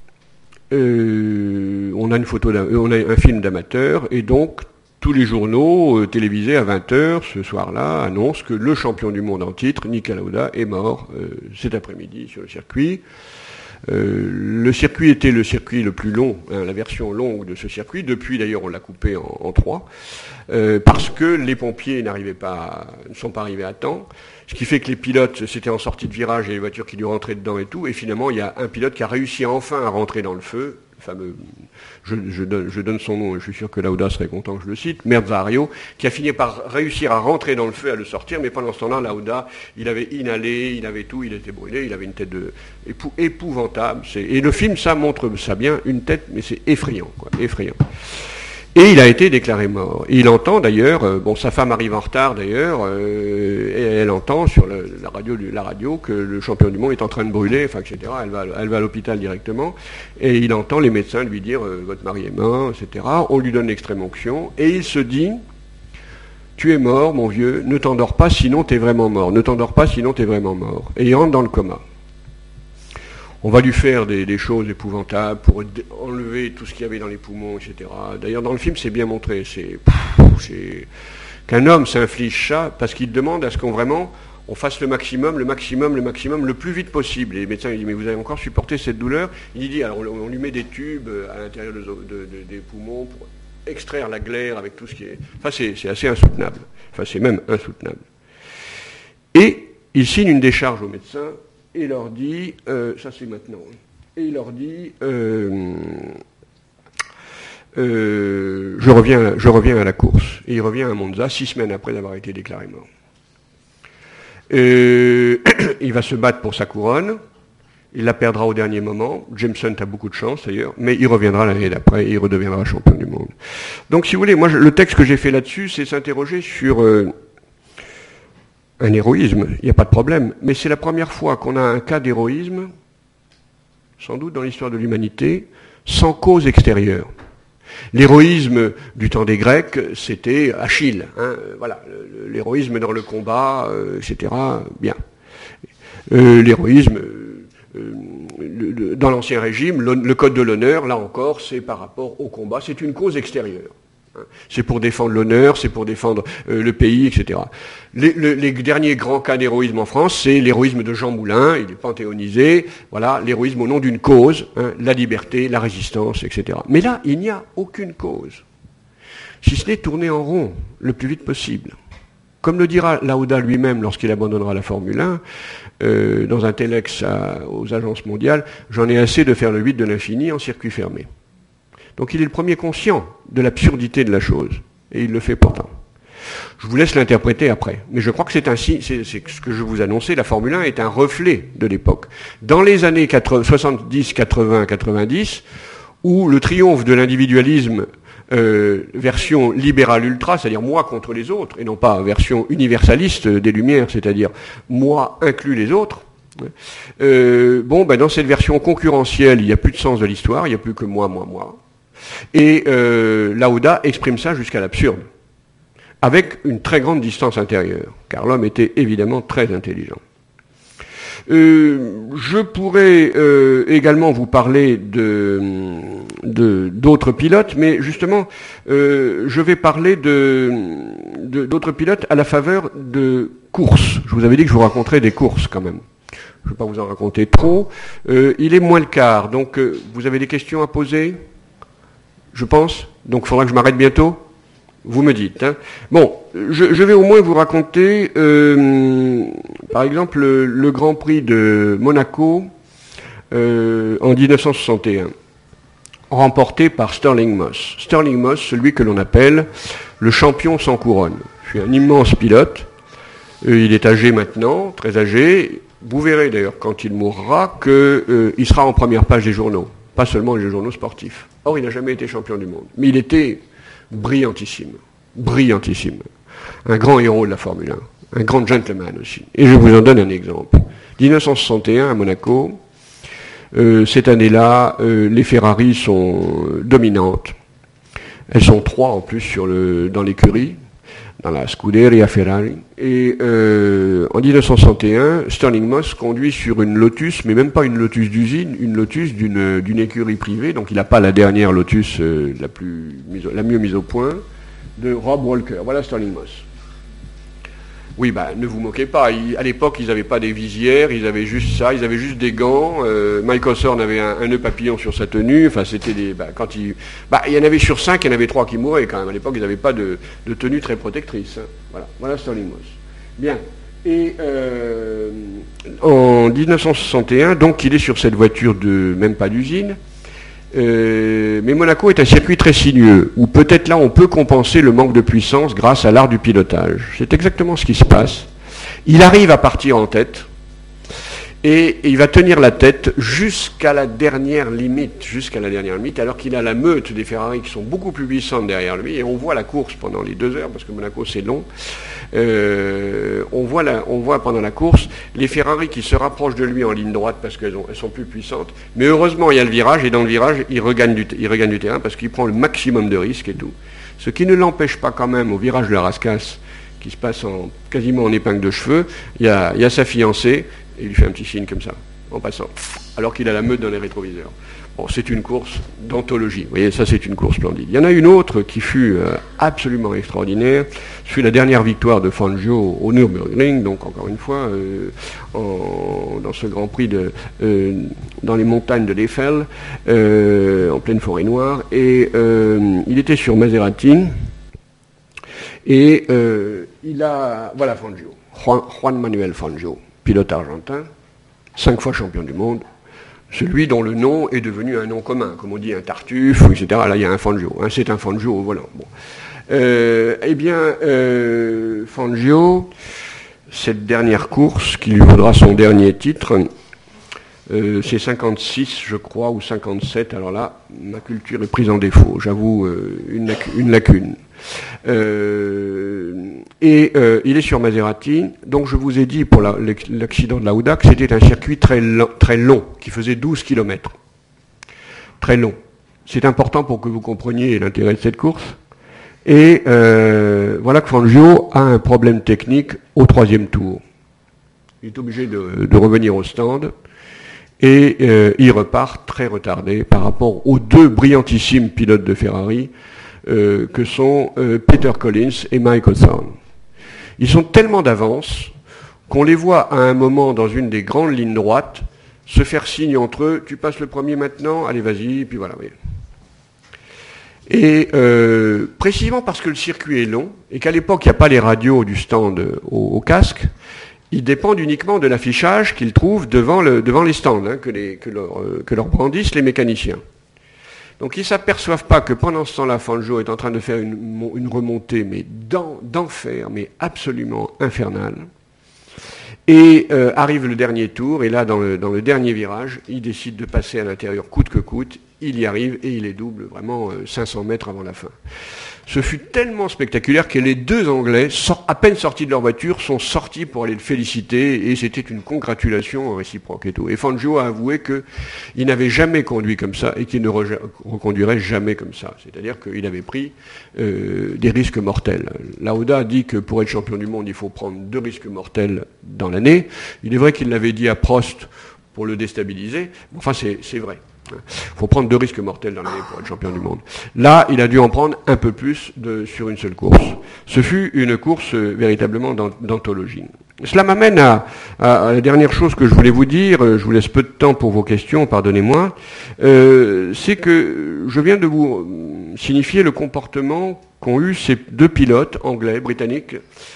On a un film d'amateur, et donc tous les journaux télévisés à 20h ce soir-là annoncent que le champion du monde en titre, Niki Lauda, est mort cet après-midi sur le circuit. Le circuit était le circuit le plus long, la version longue de ce circuit. Depuis, d'ailleurs, on l'a coupé en 3, parce que les pompiers ne sont pas arrivés à temps. Ce qui fait que les pilotes, c'était en sortie de virage, et les voitures qui lui rentraient dedans et tout. Et finalement, il y a un pilote qui a réussi enfin à rentrer dans le feu. Le fameux, je donne son nom, et je suis sûr que Lauda serait content que je le cite, Merzario, qui a fini par réussir à rentrer dans le feu, à le sortir, mais pendant ce temps-là, Lauda, il avait inhalé, il avait tout, il était brûlé, il avait une tête épouvantable. Et le film, ça montre ça bien, une tête, mais c'est effrayant, quoi, effrayant. Et il a été déclaré mort. Et il entend d'ailleurs, sa femme arrive en retard d'ailleurs, et elle entend sur la radio que le champion du monde est en train de brûler, enfin, etc. Elle va à l'hôpital directement, et il entend les médecins lui dire votre mari est mort, etc. On lui donne l'extrême onction, et il se dit tu es mort, mon vieux, ne t'endors pas, sinon t'es vraiment mort. Ne t'endors pas, sinon t'es vraiment mort. Et il rentre dans le coma. On va lui faire des choses épouvantables pour enlever tout ce qu'il y avait dans les poumons, etc. D'ailleurs, dans le film, c'est bien montré. C'est qu'un homme s'inflige ça parce qu'il demande à ce qu'on fasse le maximum, le plus vite possible. Et les médecins lui disent, mais vous avez encore supporté cette douleur? Il dit, alors on lui met des tubes à l'intérieur des poumons pour extraire la glaire avec tout ce qui est... Enfin, c'est assez insoutenable. Enfin, c'est même insoutenable. Et il signe une décharge aux médecins, et il leur dit, ça c'est maintenant, et il leur dit, je reviens à la course. Et il revient à Monza 6 semaines après avoir été déclaré mort. Il va se battre pour sa couronne, il la perdra au dernier moment. James Hunt a beaucoup de chance d'ailleurs, mais il reviendra l'année d'après et il redeviendra champion du monde. Donc si vous voulez, moi le texte que j'ai fait là-dessus, c'est s'interroger sur... un héroïsme, il n'y a pas de problème, mais c'est la première fois qu'on a un cas d'héroïsme, sans doute dans l'histoire de l'humanité, sans cause extérieure. L'héroïsme du temps des Grecs, c'était Achille, voilà, l'héroïsme dans le combat, etc. Bien. L'héroïsme dans l'Ancien Régime, le code de l'honneur, là encore, c'est par rapport au combat, c'est une cause extérieure. C'est pour défendre l'honneur, c'est pour défendre le pays, etc. Les derniers grands cas d'héroïsme en France, c'est l'héroïsme de Jean Moulin, il est panthéonisé, voilà, l'héroïsme au nom d'une cause, la liberté, la résistance, etc. Mais là, il n'y a aucune cause, si ce n'est tourner en rond le plus vite possible. Comme le dira Lauda lui-même lorsqu'il abandonnera la Formule 1, dans un telex aux agences mondiales, j'en ai assez de faire le 8 de l'infini en circuit fermé. Donc il est le premier conscient de l'absurdité de la chose, et il le fait pourtant. Je vous laisse l'interpréter après, mais je crois que c'est ainsi, c'est ce que je vous annonçais, la Formule 1 est un reflet de l'époque. Dans les années 70, 80, 90, où le triomphe de l'individualisme version libérale ultra, c'est-à-dire moi contre les autres, et non pas version universaliste des Lumières, c'est-à-dire moi inclus les autres. Dans cette version concurrentielle, il n'y a plus de sens de l'histoire, il n'y a plus que moi. Et Lauda exprime ça jusqu'à l'absurde, avec une très grande distance intérieure, car l'homme était évidemment très intelligent. Je pourrais également vous parler d'autres pilotes, mais justement, je vais parler d'autres pilotes à la faveur de courses. Je vous avais dit que je vous raconterais des courses quand même. Je ne vais pas vous en raconter trop. Il est moins le quart, donc vous avez des questions à poser, je pense. Donc il faudra que je m'arrête bientôt. Vous me dites. Bon, je vais au moins vous raconter, par exemple, le Grand Prix de Monaco en 1961, remporté par Stirling Moss. Stirling Moss, celui que l'on appelle le champion sans couronne. Je suis un immense pilote. Il est âgé maintenant, très âgé. Vous verrez d'ailleurs quand il mourra qu'il sera en première page des journaux, pas seulement les journaux sportifs. Or, il n'a jamais été champion du monde, mais il était brillantissime. Un grand héros de la Formule 1, un grand gentleman aussi. Et je vous en donne un exemple. 1961 à Monaco, cette année-là, les Ferrari sont dominantes. Elles sont 3 en plus dans l'écurie, dans la Scuderia Ferrari. Et en 1961, Stirling Moss conduit sur une Lotus, mais même pas une Lotus d'usine, une Lotus d'une écurie privée. Donc il n'a pas la dernière Lotus la mieux mise au point, de Rob Walker. Voilà Stirling Moss. Oui, ne vous moquez pas. À l'époque, ils n'avaient pas des visières, ils avaient juste ça, ils avaient juste des gants. Mike Hawthorne avait un nœud papillon sur sa tenue. Enfin, c'était il y en avait sur 5, il y en avait 3 qui mouraient quand même. À l'époque, ils n'avaient pas de tenue très protectrice. Voilà Stirling Moss. Bien. Et en 1961, donc, il est sur cette voiture même pas d'usine. Mais Monaco est un circuit très sinueux, où peut-être là on peut compenser le manque de puissance grâce à l'art du pilotage. C'est exactement ce qui se passe. Il arrive à partir en tête, et il va tenir la tête jusqu'à la dernière limite, alors qu'il a la meute des Ferrari qui sont beaucoup plus puissantes derrière lui, et on voit la course pendant les 2 heures, parce que Monaco c'est long. On voit pendant la course les Ferrari qui se rapprochent de lui en ligne droite parce qu'elles sont plus puissantes, mais heureusement il y a le virage, et dans le virage il regagne du terrain parce qu'il prend le maximum de risques et tout, ce qui ne l'empêche pas quand même, au virage de la Rascasse qui se passe quasiment en épingle de cheveux, il y a sa fiancée et il lui fait un petit signe comme ça en passant, alors qu'il a la meute dans les rétroviseurs. Bon, c'est une course d'anthologie. Vous voyez, ça c'est une course splendide. Il y en a une autre qui fut absolument extraordinaire. Ce fut la dernière victoire de Fangio au Nürburgring, donc encore une fois, dans ce Grand Prix dans les montagnes de l'Eiffel, en pleine forêt noire. Et il était sur Maserati. Et voilà Fangio. Juan Manuel Fangio, pilote argentin, 5 fois champion du monde. Celui dont le nom est devenu un nom commun, comme on dit un Tartuffe, etc. Là, il y a un Fangio. C'est un Fangio au volant. Bon. Fangio, cette dernière course, qui lui vaudra son dernier titre, c'est 56, je crois, ou 57. Alors là, ma culture est prise en défaut. J'avoue une lacune. Il est sur Maserati. Donc je vous ai dit pour l'accident de Lauda que c'était un circuit très long, qui faisait 12 km. Très long. C'est important pour que vous compreniez l'intérêt de cette course. Et voilà que Fangio a un problème technique au 3e tour. Il est obligé de revenir au stand. Et il repart très retardé par rapport aux 2 brillantissimes pilotes de Ferrari, que sont Peter Collins et Mike Hawthorne. Ils sont tellement d'avance qu'on les voit à un moment dans une des grandes lignes droites se faire signe entre eux, tu passes le premier maintenant, allez vas-y, et puis voilà. Oui. Et précisément parce que le circuit est long, et qu'à l'époque il n'y a pas les radios du stand au casque, ils dépendent uniquement de l'affichage qu'ils trouvent devant les stands, hein, que leur brandissent les mécaniciens. Donc ils ne s'aperçoivent pas que pendant ce temps-là, Fangio est en train de faire une remontée, mais d'enfer, mais absolument infernale. Et arrive le dernier tour, et là, dans le dernier virage, il décide de passer à l'intérieur coûte que coûte. Il y arrive et il est double, vraiment 500 mètres avant la fin. Ce fut tellement spectaculaire que les deux Anglais, à peine sortis de leur voiture, sont sortis pour aller le féliciter, et c'était une congratulation réciproque et tout. Et Fangio a avoué qu'il n'avait jamais conduit comme ça et qu'il ne reconduirait jamais comme ça. C'est-à-dire qu'il avait pris des risques mortels. Lauda dit que pour être champion du monde, il faut prendre 2 risques mortels dans l'année. Il est vrai qu'il l'avait dit à Prost pour le déstabiliser, mais enfin c'est vrai. Il faut prendre 2 risques mortels dans l'année pour être champion du monde. Là, il a dû en prendre un peu plus sur une seule course. Ce fut une course véritablement d'anthologie. Cela m'amène à la dernière chose que je voulais vous dire. Je vous laisse peu de temps pour vos questions, pardonnez-moi. C'est que je viens de vous signifier le comportement qu'ont eu ces 2 pilotes anglais, britanniques,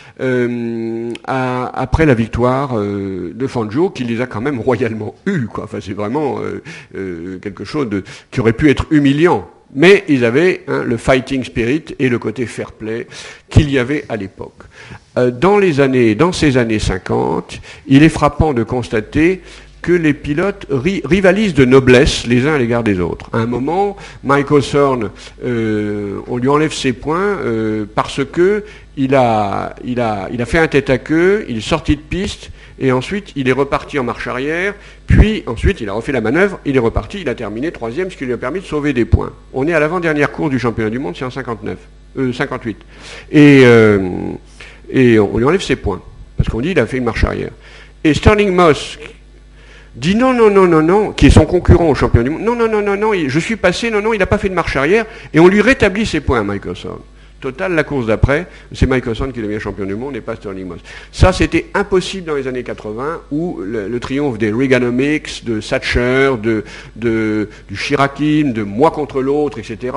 après la victoire de Fangio, qui les a quand même royalement eus, quoi. Enfin, c'est vraiment quelque chose qui aurait pu être humiliant. Mais ils avaient le fighting spirit et le côté fair play qu'il y avait à l'époque. Dans ces années 50, il est frappant de constater que les pilotes rivalisent de noblesse les uns à l'égard des autres. À un moment, Mike Hawthorne, on lui enlève ses points parce que il a fait un tête à queue, il est sorti de piste, et ensuite il est reparti en marche arrière, puis ensuite il a refait la manœuvre, il est reparti, il a terminé 3e, ce qui lui a permis de sauver des points. On est à l'avant-dernière course du championnat du monde, c'est en 58. Et on lui enlève ses points, parce qu'on dit qu'il a fait une marche arrière. Et Stirling Moss dit non, qui est son concurrent au championnat du monde, non, je suis passé, non, il n'a pas fait de marche arrière, et on lui rétablit ses points à Mike Hawthorne. Total, la course d'après, c'est Mike Hawthorne qui devient champion du monde et pas Stirling Moss. Ça, c'était impossible dans les années 80, où le triomphe des Reaganomics, de Thatcher, du Chiracisme, de moi contre l'autre, etc.,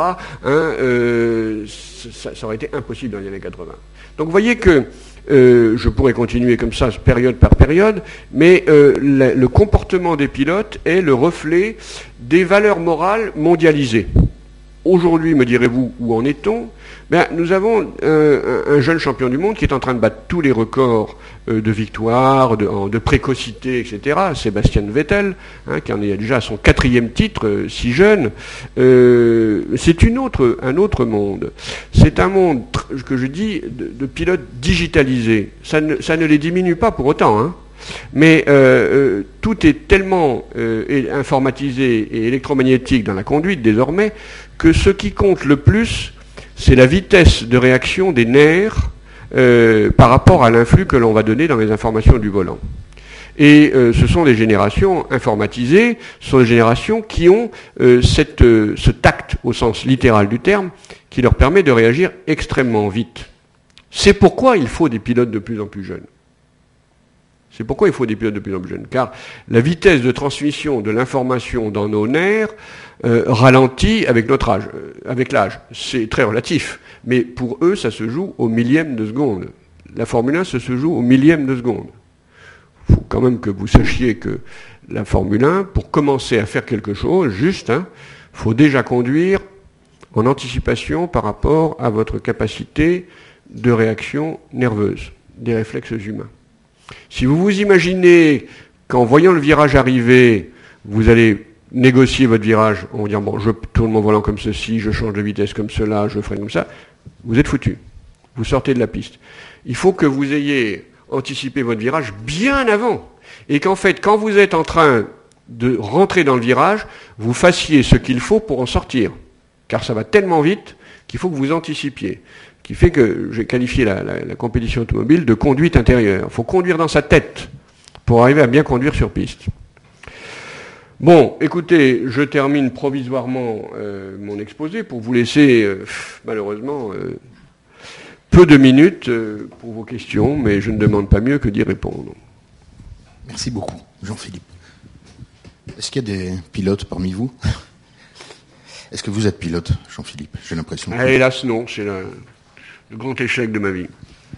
ça aurait été impossible dans les années 80. Donc vous voyez que je pourrais continuer comme ça, période par période, mais le comportement des pilotes est le reflet des valeurs morales mondialisées. Aujourd'hui, me direz-vous, où en est-on ? Nous avons un jeune champion du monde qui est en train de battre tous les records de victoires, de précocité, etc. Sébastien Vettel, qui en est déjà à son 4e titre, si jeune. C'est un autre monde. C'est un monde, que je dis, de pilotes digitalisés. Ça ne les diminue pas pour autant, hein. Mais tout est tellement informatisé et électromagnétique dans la conduite désormais que ce qui compte le plus, c'est la vitesse de réaction des nerfs par rapport à l'influx que l'on va donner dans les informations du volant. Et ce sont des générations informatisées, ce sont des générations qui ont ce tact au sens littéral du terme, qui leur permet de réagir extrêmement vite. C'est pourquoi il faut des pilotes de plus en plus jeunes. C'est pourquoi il faut des pilotes de plus en plus jeunes, car la vitesse de transmission de l'information dans nos nerfs ralentit avec notre âge, avec l'âge. C'est très relatif, mais pour eux, ça se joue au millième de seconde. La Formule 1, ça se joue au millième de seconde. Il faut quand même que vous sachiez que la Formule 1, pour commencer à faire quelque chose, juste, faut déjà conduire en anticipation par rapport à votre capacité de réaction nerveuse, des réflexes humains. Si vous vous imaginez qu'en voyant le virage arriver, vous allez négocier votre virage en disant bon, je tourne mon volant comme ceci, je change de vitesse comme cela, je freine comme ça, vous êtes foutu. Vous sortez de la piste. Il faut que vous ayez anticipé votre virage bien avant. Et qu'en fait, quand vous êtes en train de rentrer dans le virage, vous fassiez ce qu'il faut pour en sortir. Car ça va tellement vite qu'il faut que vous anticipiez. Qui fait que j'ai qualifié la compétition automobile de conduite intérieure. Il faut conduire dans sa tête pour arriver à bien conduire sur piste. Bon, écoutez, je termine provisoirement mon exposé pour vous laisser, malheureusement, peu de minutes pour vos questions, mais je ne demande pas mieux que d'y répondre. Merci beaucoup, Jean-Philippe. Est-ce qu'il y a des pilotes parmi vous? Est-ce que vous êtes pilote, Jean-Philippe? J'ai l'impression. Hélas, non, c'est le grand échec de ma vie.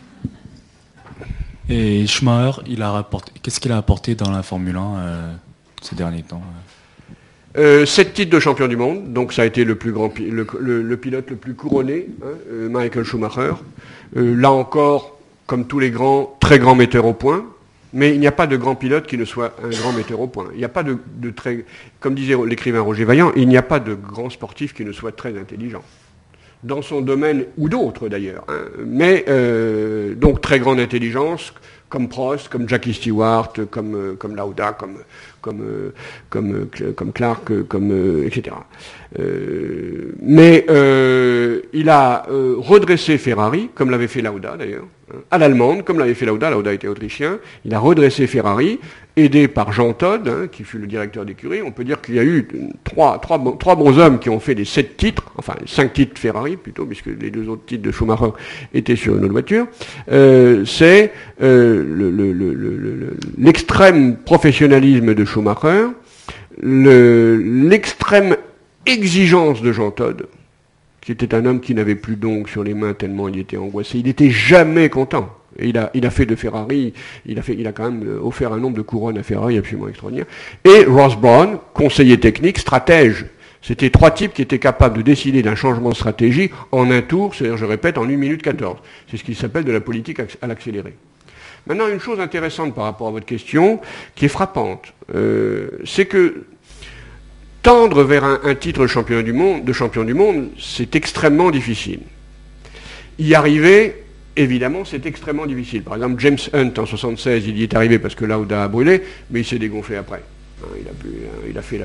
Et Schumacher, qu'est-ce qu'il a apporté dans la Formule 1 ces derniers temps? 7 titres de champion du monde, donc ça a été le plus grand le pilote le plus couronné, Michael Schumacher. Là encore, comme tous les très grands metteurs au point, mais il n'y a pas de grand pilote qui ne soit un grand metteur au point. Il n'y a pas de très, comme disait l'écrivain Roger Vaillant, il n'y a pas de grand sportif qui ne soit très intelligent. Dans son domaine, ou d'autres d'ailleurs, hein. Mais donc très grande intelligence, comme Prost, comme Jackie Stewart, comme Lauda, comme Clark, etc. Mais il a redressé Ferrari, comme l'avait fait Lauda d'ailleurs, hein, à l'allemande, comme l'avait fait Lauda. Lauda était autrichien. Il a redressé Ferrari, aidé par Jean Todt, hein, qui fut le directeur d'écurie. On peut dire qu'il y a eu trois bons hommes qui ont fait les 7 titres, enfin 5 titres Ferrari plutôt, puisque les 2 autres titres de Schumacher étaient sur une autre voiture. C'est l'extrême professionnalisme de Schumacher, l'extrême exigence de Jean Todt, qui était un homme qui n'avait plus d'ongles sur les mains tellement il était angoissé. Il n'était jamais content. Et il a fait de Ferrari, il a quand même offert un nombre de couronnes à Ferrari absolument extraordinaire. Et Ross Brawn, conseiller technique, stratège. C'était 3 types qui étaient capables de décider d'un changement de stratégie en un tour, c'est-à-dire, je répète, en 1 minute 14. C'est ce qui s'appelle de la politique à l'accéléré. Maintenant, une chose intéressante par rapport à votre question, qui est frappante, c'est que tendre vers un titre de champion du monde, c'est extrêmement difficile. Y arriver, évidemment, c'est extrêmement difficile. Par exemple, James Hunt, en 1976, il y est arrivé parce que Lauda a brûlé, mais il s'est dégonflé après. Il a fait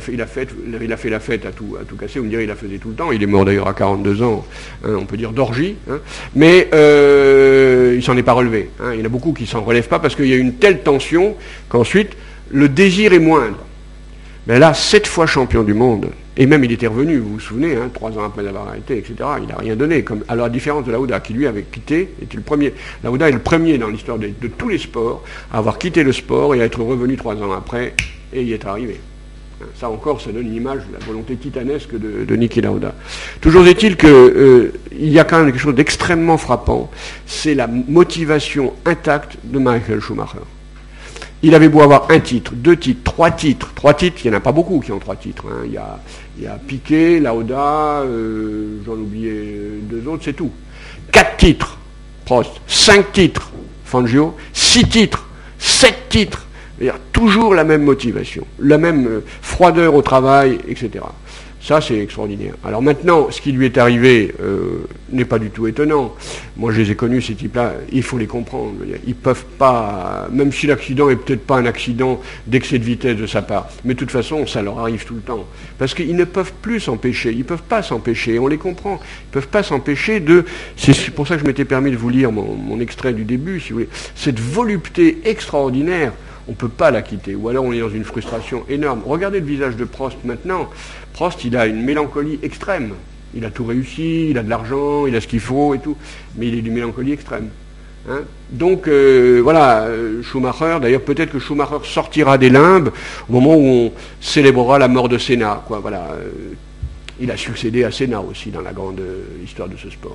la fête à tout casser, on dirait il la faisait tout le temps, il est mort d'ailleurs à 42 ans, hein, on peut dire d'orgie, hein, mais il s'en est pas relevé. Hein, il y en a beaucoup qui s'en relèvent pas parce qu'il y a une telle tension qu'ensuite le désir est moindre. Mais là, 7 fois champion du monde, et même il était revenu, vous vous souvenez, hein, 3 ans après avoir arrêté, etc., il n'a rien donné. Alors, à la différence de Lauda, qui lui avait quitté, était le premier. Lauda est le premier dans l'histoire de tous les sports à avoir quitté le sport et à être revenu 3 ans après, et y être arrivé. Ça encore, ça donne une image de la volonté titanesque de Niki Lauda. Toujours est-il qu'il y a quand même quelque chose d'extrêmement frappant, c'est la motivation intacte de Michael Schumacher. Il avait beau avoir 1 titre, 2 titres, 3 titres. 3 titres, il n'y en a pas beaucoup qui ont 3 titres. Hein. Il y a Piquet, Lauda, j'en oubliais 2 autres, c'est tout. 4 titres, Prost. 5 titres, Fangio. 6 titres, 7 titres. C'est-à-dire toujours la même motivation, la même froideur au travail, etc. Ça, c'est extraordinaire. Alors maintenant, ce qui lui est arrivé n'est pas du tout étonnant. Moi, je les ai connus, ces types-là, il faut les comprendre. Ils peuvent pas, même si l'accident est peut-être pas un accident d'excès de vitesse de sa part, mais de toute façon, ça leur arrive tout le temps. Parce qu'ils ne peuvent plus s'empêcher, ils peuvent pas s'empêcher, on les comprend. Ils peuvent pas s'empêcher de... C'est pour ça que je m'étais permis de vous lire mon extrait du début, si vous voulez. Cette volupté extraordinaire, on ne peut pas la quitter. Ou alors on est dans une frustration énorme. Regardez le visage de Prost maintenant. Prost, il a une mélancolie extrême. Il a tout réussi, il a de l'argent, il a ce qu'il faut et tout. Mais il est d'une mélancolie extrême. Hein. Donc voilà, Schumacher, d'ailleurs peut-être que Schumacher sortira des limbes au moment où on célébrera la mort de Senna. Quoi. Voilà, il a succédé à Senna aussi dans la grande histoire de ce sport.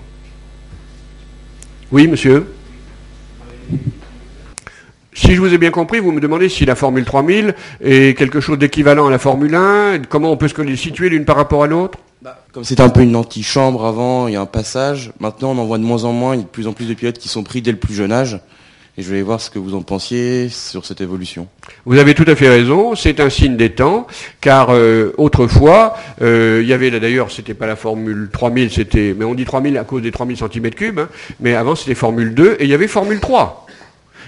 Oui, monsieur ? Si je vous ai bien compris, vous me demandez si la Formule 3000 est quelque chose d'équivalent à la Formule 1, comment on peut se les situer l'une par rapport à l'autre ? Comme c'était un peu une antichambre avant, il y a un passage. Maintenant, on en voit de moins en moins. Il y a de plus en plus de pilotes qui sont pris dès le plus jeune âge. Et je voulais voir ce que vous en pensiez sur cette évolution. Vous avez tout à fait raison. C'est un signe des temps, car autrefois, il y avait là d'ailleurs, c'était pas la Formule 3000, mais on dit 3000 à cause des 3000 cm3, hein, mais avant c'était Formule 2 et il y avait Formule 3.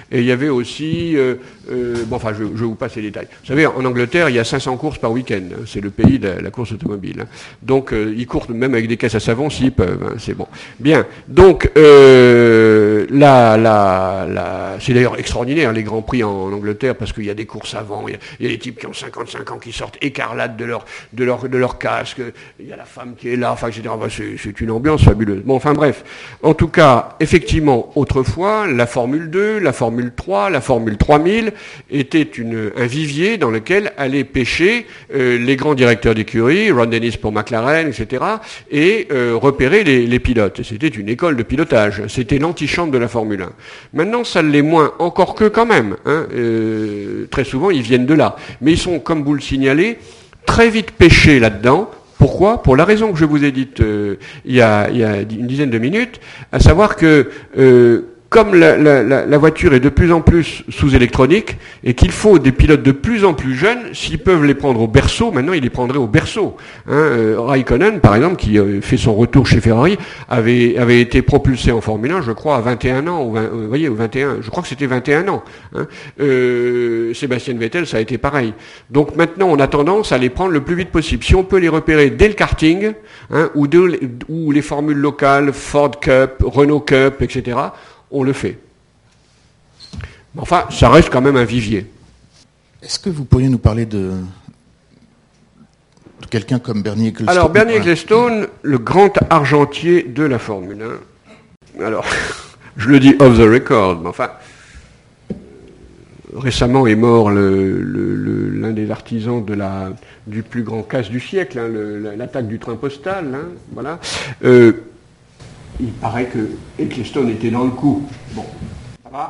Et il y avait aussi, je vous passe les détails. Vous savez, en Angleterre, il y a 500 courses par week-end. Hein, c'est le pays de la course automobile. Hein. Donc, ils courent même avec des caisses à savon s'ils peuvent. Hein, c'est bon. Bien. Donc, c'est d'ailleurs extraordinaire les grands prix en Angleterre parce qu'il y a des courses avant. Il y a des types qui ont 55 ans qui sortent écarlates de leur casque. Il y a la femme qui est là, enfin, etc. C'est une ambiance fabuleuse. Bon, enfin bref. En tout cas, effectivement, autrefois, la Formule 2, la Formule 3, la Formule 3000 était un vivier dans lequel allaient pêcher les grands directeurs d'écurie, Ron Dennis pour McLaren, etc., et repérer les pilotes. C'était une école de pilotage. C'était l'antichambre de la Formule 1. Maintenant, ça l'est moins, encore que quand même. Hein, très souvent, ils viennent de là. Mais ils sont, comme vous le signalez, très vite pêchés là-dedans. Pourquoi ? Pour la raison que je vous ai dite il y a une dizaine de minutes, à savoir que comme la voiture est de plus en plus sous électronique et qu'il faut des pilotes de plus en plus jeunes, s'ils peuvent les prendre au berceau, maintenant ils les prendraient au berceau. Hein, Raikkonen, par exemple, qui fait son retour chez Ferrari, avait été propulsé en Formule 1, je crois, à 21 ans, ou 21, je crois que c'était 21 ans. Hein. Sébastien Vettel, ça a été pareil. Donc maintenant, on a tendance à les prendre le plus vite possible. Si on peut les repérer dès le karting, hein, ou les formules locales, Ford Cup, Renault Cup, etc., on le fait. Enfin, ça reste quand même un vivier. Est-ce que vous pourriez nous parler de quelqu'un comme Bernie Ecclestone ? Alors, Bernie Ecclestone, le grand argentier de la Formule 1. Alors, je le dis off the record, mais enfin, récemment est mort l'un des artisans du plus grand casse du siècle, hein, l'attaque du train postal. Hein, voilà. Il paraît que Ecclestone était dans le coup. Bon, ça va ?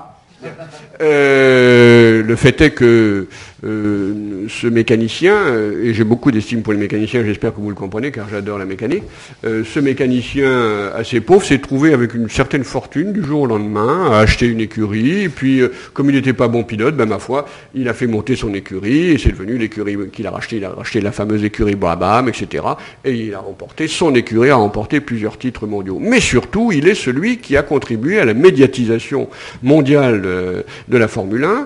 Le fait est que ce mécanicien, et j'ai beaucoup d'estime pour les mécaniciens, j'espère que vous le comprenez car j'adore la mécanique, ce mécanicien assez pauvre s'est trouvé avec une certaine fortune du jour au lendemain à acheter une écurie, et puis comme il n'était pas bon pilote, ben ma foi, il a fait monter son écurie, et c'est devenu l'écurie qu'il a racheté. Il a racheté la fameuse écurie Brabham, etc. Et il a remporté, son écurie a remporté plusieurs titres mondiaux. Mais surtout, il est celui qui a contribué à la médiatisation mondiale de la Formule 1.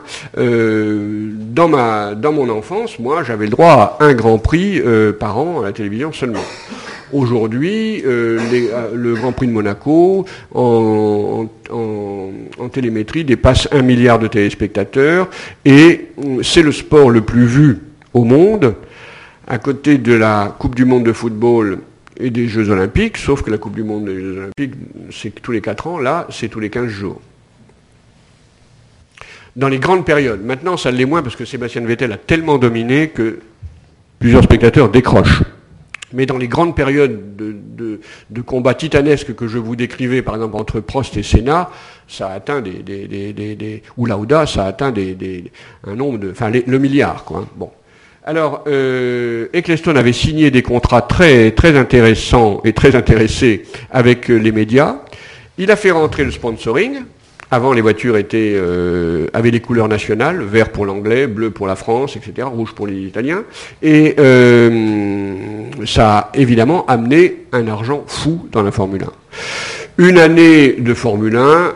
Dans mon enfance, moi, j'avais le droit à un Grand Prix par an à la télévision seulement. Aujourd'hui, le Grand Prix de Monaco, en télémétrie, dépasse 1 milliard de téléspectateurs, et c'est le sport le plus vu au monde, à côté de la Coupe du Monde de football et des Jeux Olympiques, sauf que la Coupe du Monde et les Jeux Olympiques, c'est tous les 4 ans, là, c'est tous les 15 jours. Dans les grandes périodes. Maintenant, ça l'est moins parce que Sébastien Vettel a tellement dominé que plusieurs spectateurs décrochent. Mais dans les grandes périodes de combats titanesques que je vous décrivais, par exemple entre Prost et Senna, ça a atteint ou Lauda, ça a atteint un nombre le milliard, quoi. Bon. Alors, Ecclestone avait signé des contrats très, très intéressants et très intéressés avec les médias. Il a fait rentrer le sponsoring. Avant, les voitures avaient les couleurs nationales, vert pour l'anglais, bleu pour la France, etc., rouge pour les Italiens. Et ça a évidemment amené un argent fou dans la Formule 1. Une année de Formule 1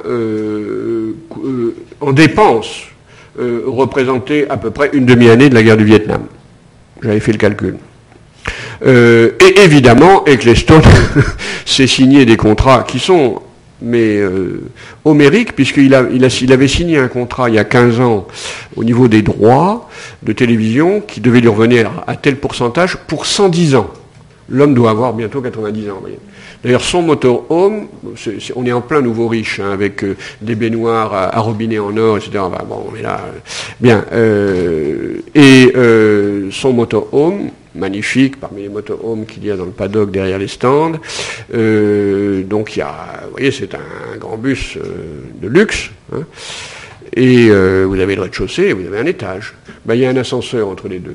en dépenses représentait à peu près une demi-année de la guerre du Vietnam. J'avais fait le calcul. Et évidemment, Ecclestone s'est signé des contrats qui sont homérique, puisqu'il avait signé un contrat il y a 15 ans au niveau des droits de télévision qui devait lui revenir à tel pourcentage pour 110 ans. L'homme doit avoir bientôt 90 ans. Vous voyez. D'ailleurs, son motorhome, on est en plein nouveau riche, hein, avec des baignoires à robinet en or, etc. Enfin, bon, on est là. Bien. Son motorhome, magnifique, parmi les motorhomes qu'il y a dans le paddock derrière les stands. Donc, il y a, vous voyez, c'est un grand bus de luxe. Hein, et vous avez le rez-de-chaussée et vous avez un étage. Ben, il y a un ascenseur entre les deux.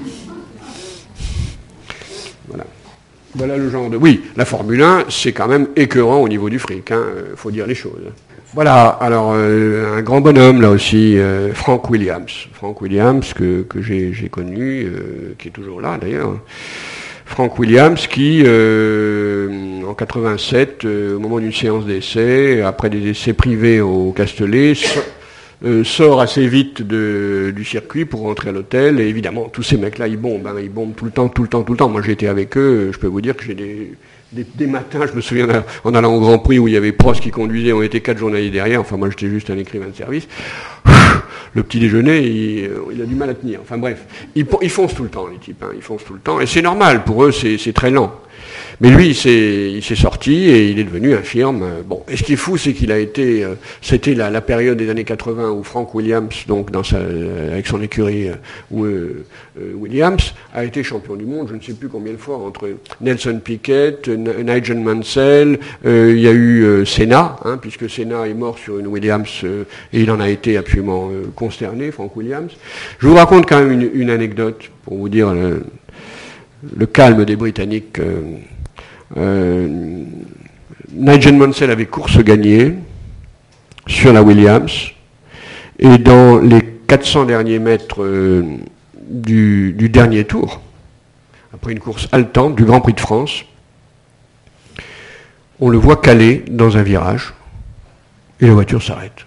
Voilà. Voilà le genre de... Oui, la Formule 1, c'est quand même écœurant au niveau du fric, hein, faut dire les choses. Voilà, alors un grand bonhomme là aussi, Frank Williams. Frank Williams que j'ai connu, qui est toujours là d'ailleurs. Frank Williams qui, en 87, au moment d'une séance d'essai, après des essais privés au Castellet, sort assez vite du circuit pour rentrer à l'hôtel, et évidemment, tous ces mecs-là, ils bombent tout le temps. Moi, j'ai été avec eux, je peux vous dire que j'ai des matins, je me souviens en allant au Grand Prix où il y avait Prost qui conduisait, on était 4 journaliers derrière, enfin moi j'étais juste un écrivain de service. Le petit déjeuner, il a du mal à tenir. Enfin bref, ils foncent tout le temps, les types, ils foncent tout le temps, et c'est normal, pour eux c'est très lent. Mais lui, il s'est sorti et il est devenu infirme. Bon, et ce qui est fou, c'est qu'il a été, c'était la période des années 80 où Frank Williams, donc avec son écurie Williams, a été champion du monde, je ne sais plus combien de fois, entre Nelson Piquet, Nigel Mansell, il y a eu Senna, puisque Senna est mort sur une Williams et il en a été absolument consterné, Frank Williams. Je vous raconte quand même une anecdote pour vous dire le calme des Britanniques. Nigel Mansell avait course gagnée sur la Williams, et dans les 400 derniers mètres du dernier tour, après une course haletante du Grand Prix de France, on le voit caler dans un virage et la voiture s'arrête.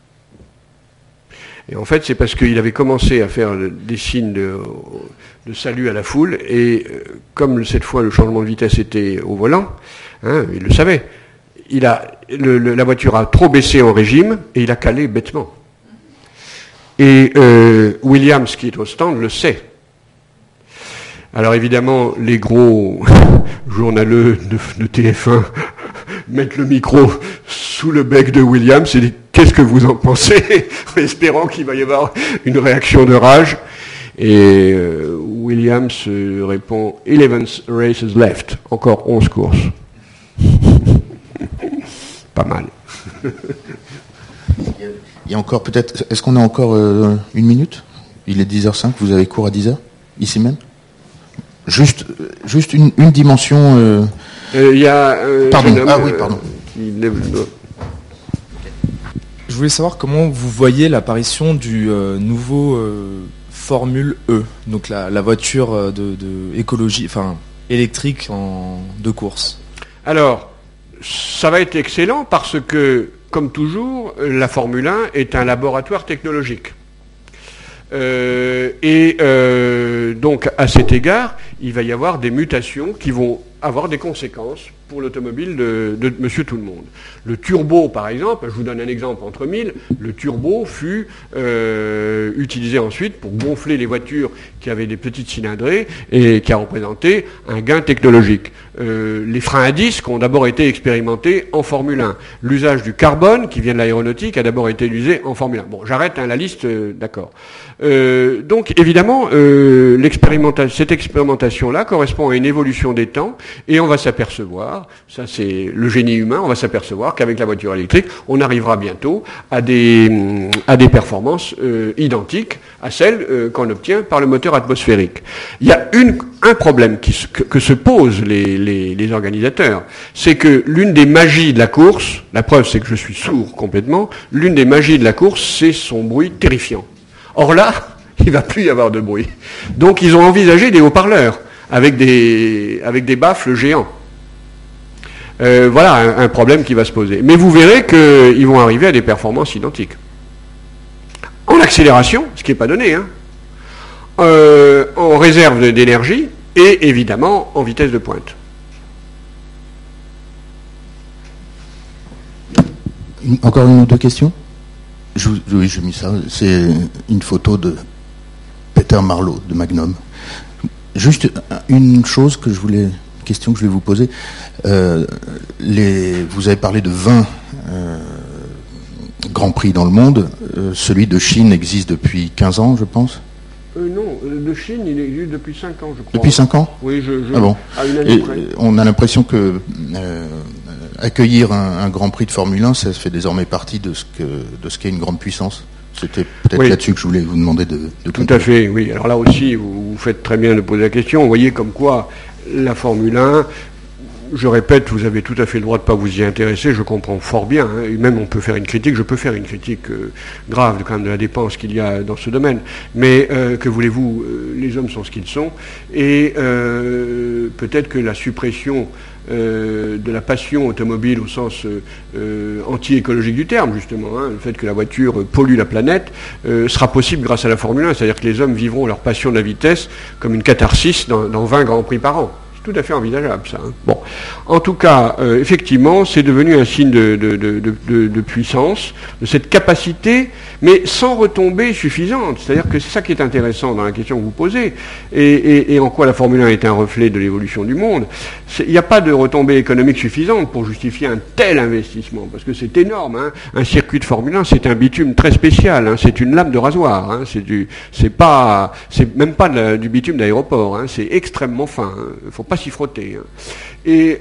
Et en fait, c'est parce qu'il avait commencé à faire des signes de salut à la foule, et comme cette fois le changement de vitesse était au volant, il le savait, la voiture a trop baissé en régime, et il a calé bêtement. Et Williams, qui est au stand, le sait. Alors évidemment, les gros journaleux de TF1 mettent le micro sous le bec de Williams et disent « Qu'est-ce que vous en pensez ?» en espérant qu'il va y avoir une réaction de rage. Et Williams répond « 11 races left », encore 11 courses. Pas mal. Il y a encore peut-être... Est-ce qu'on a encore une minute ? Il est 10h05, vous avez cours à 10h, ici même ? Juste une dimension... Il y a pardon. Pardon. Qui lève le doigt. Je voulais savoir comment vous voyez l'apparition du nouveau Formule E, donc la voiture de écologie, enfin électrique de course. Alors, ça va être excellent parce que, comme toujours, la Formule 1 est un laboratoire technologique. Donc, à cet égard, il va y avoir des mutations qui vont avoir des conséquences pour l'automobile de Monsieur Tout-le-Monde. Le turbo, par exemple, je vous donne un exemple entre mille, le turbo fut utilisé ensuite pour gonfler les voitures qui avaient des petites cylindrées et qui a représenté un gain technologique. Les freins à disque ont d'abord été expérimentés en Formule 1. L'usage du carbone, qui vient de l'aéronautique, a d'abord été usé en Formule 1. Bon, j'arrête la liste, d'accord. Donc, évidemment, cette expérimentation-là correspond à une évolution des temps, et on va s'apercevoir, ça c'est le génie humain, on va s'apercevoir qu'avec la voiture électrique, on arrivera bientôt à des performances identiques à celles qu'on obtient par le moteur atmosphérique. Il y a un problème que se posent les organisateurs, c'est que l'une des magies de la course, la preuve c'est que je suis sourd complètement, l'une des magies de la course, c'est son bruit terrifiant. Or là, il ne va plus y avoir de bruit. Donc ils ont envisagé des haut-parleurs avec des baffles géants. Voilà un problème qui va se poser. Mais vous verrez qu'ils vont arriver à des performances identiques. En accélération, ce qui n'est pas donné, en réserve d'énergie et évidemment en vitesse de pointe. Encore une ou deux questions ? Oui, j'ai mis ça. C'est une photo de Peter Marlowe de Magnum. Juste une question que je voulais vous poser. Vous avez parlé de 20 Grands Prix dans le monde. Celui de Chine existe depuis 15 ans, je pense. Non, de Chine, il existe depuis 5 ans, je crois. Depuis 5 ans ? Oui, Ah bon. À une année près. On a l'impression que accueillir un Grand Prix de Formule 1, ça fait désormais partie de ce qu'est une grande puissance. C'était peut-être là-dessus que je voulais vous demander de Tout à fait, oui. Alors là aussi, vous faites très bien de poser la question. Vous voyez comme quoi la Formule 1, je répète, vous avez tout à fait le droit de ne pas vous y intéresser, je comprends fort bien, et même on peut faire une critique, je peux faire une critique grave quand même de la dépense qu'il y a dans ce domaine, mais que voulez-vous, les hommes sont ce qu'ils sont, et peut-être que la suppression de la passion automobile au sens anti-écologique du terme, justement, le fait que la voiture pollue la planète, sera possible grâce à la Formule 1, c'est-à-dire que les hommes vivront leur passion de la vitesse comme une catharsis dans 20 grands prix par an. Tout à fait envisageable, ça. Bon, en tout cas, effectivement, c'est devenu un signe de puissance, de cette capacité, mais sans retombée suffisante. C'est-à-dire que c'est ça qui est intéressant dans la question que vous posez, et en quoi la Formule 1 est un reflet de l'évolution du monde. Il n'y a pas de retombée économique suffisante pour justifier un tel investissement, parce que c'est énorme. Un circuit de Formule 1, c'est un bitume très spécial. C'est une lame de rasoir. C'est même pas du bitume d'aéroport. C'est extrêmement fin. Faut pas s'y frotter. Et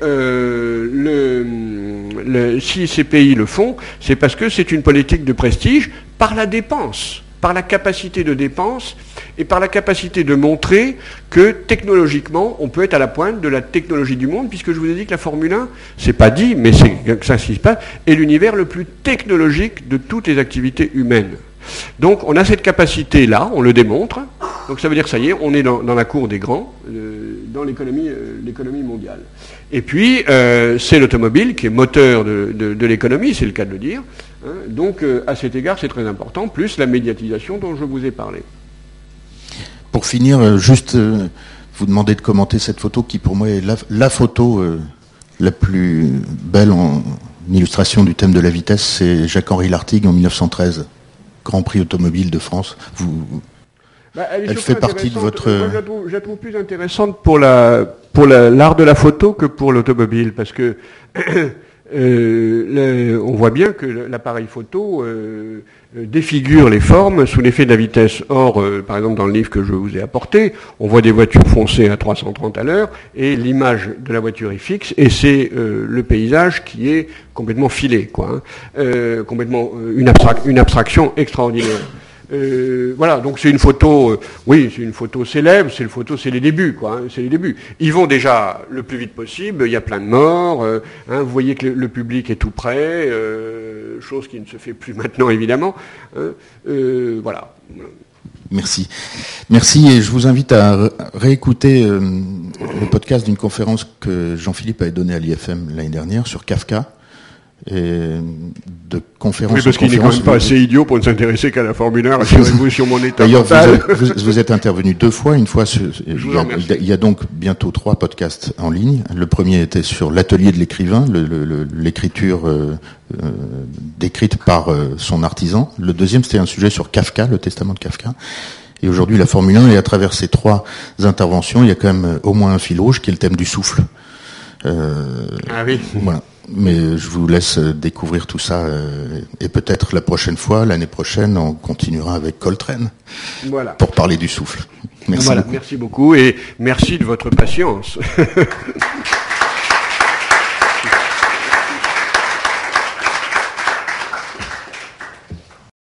si ces pays le font, c'est parce que c'est une politique de prestige par la dépense, par la capacité de dépense et par la capacité de montrer que technologiquement, on peut être à la pointe de la technologie du monde, puisque je vous ai dit que la Formule 1, c'est pas dit, mais c'est ça ce qui se passe, est l'univers le plus technologique de toutes les activités humaines. Donc on a cette capacité-là, on le démontre, donc ça veut dire que ça y est, on est dans la cour des grands, dans l'économie mondiale. Et puis, c'est l'automobile qui est moteur de l'économie, c'est le cas de le dire. Donc, à cet égard, c'est très important, plus la médiatisation dont je vous ai parlé. Pour finir, juste vous demander de commenter cette photo qui, pour moi, est la photo la plus belle en illustration du thème de la vitesse. C'est Jacques-Henri Lartigue en 1913, Grand Prix automobile de France. Elle fait partie de votre... Moi, je la trouve plus intéressante pour l'art de la photo que pour l'automobile, parce que on voit bien que l'appareil photo défigure les formes sous l'effet de la vitesse. Or, par exemple, dans le livre que je vous ai apporté, on voit des voitures foncer à 330 à l'heure, et l'image de la voiture est fixe, et c'est le paysage qui est complètement filé, complètement une abstraction extraordinaire. Voilà, donc c'est une photo, c'est une photo célèbre, c'est les débuts, c'est les débuts. Ils vont déjà le plus vite possible, il y a plein de morts, vous voyez que le public est tout près, chose qui ne se fait plus maintenant évidemment, voilà. Merci, et je vous invite à réécouter le podcast d'une conférence que Jean-Philippe avait donnée à l'IFM l'année dernière sur Kafka. Et de conférence. Oui, parce qu'il n'est quand même pas assez idiot pour ne s'intéresser qu'à la Formule 1. Rassurez-vous sur mon état D'ailleurs, mental. vous êtes intervenu 2 fois. Une fois, il y a donc bientôt 3 podcasts en ligne. Le premier était sur l'atelier de l'écrivain, l'écriture décrite par son artisan. Le deuxième, c'était un sujet sur Kafka, le testament de Kafka. Et aujourd'hui, la Formule 1, et à travers ces 3 interventions, il y a quand même au moins un fil rouge qui est le thème du souffle. Ah oui. Voilà. Mais je vous laisse découvrir tout ça et peut-être la prochaine fois, l'année prochaine, on continuera avec Coltrane pour parler du souffle. Merci beaucoup. Merci beaucoup et merci de votre patience.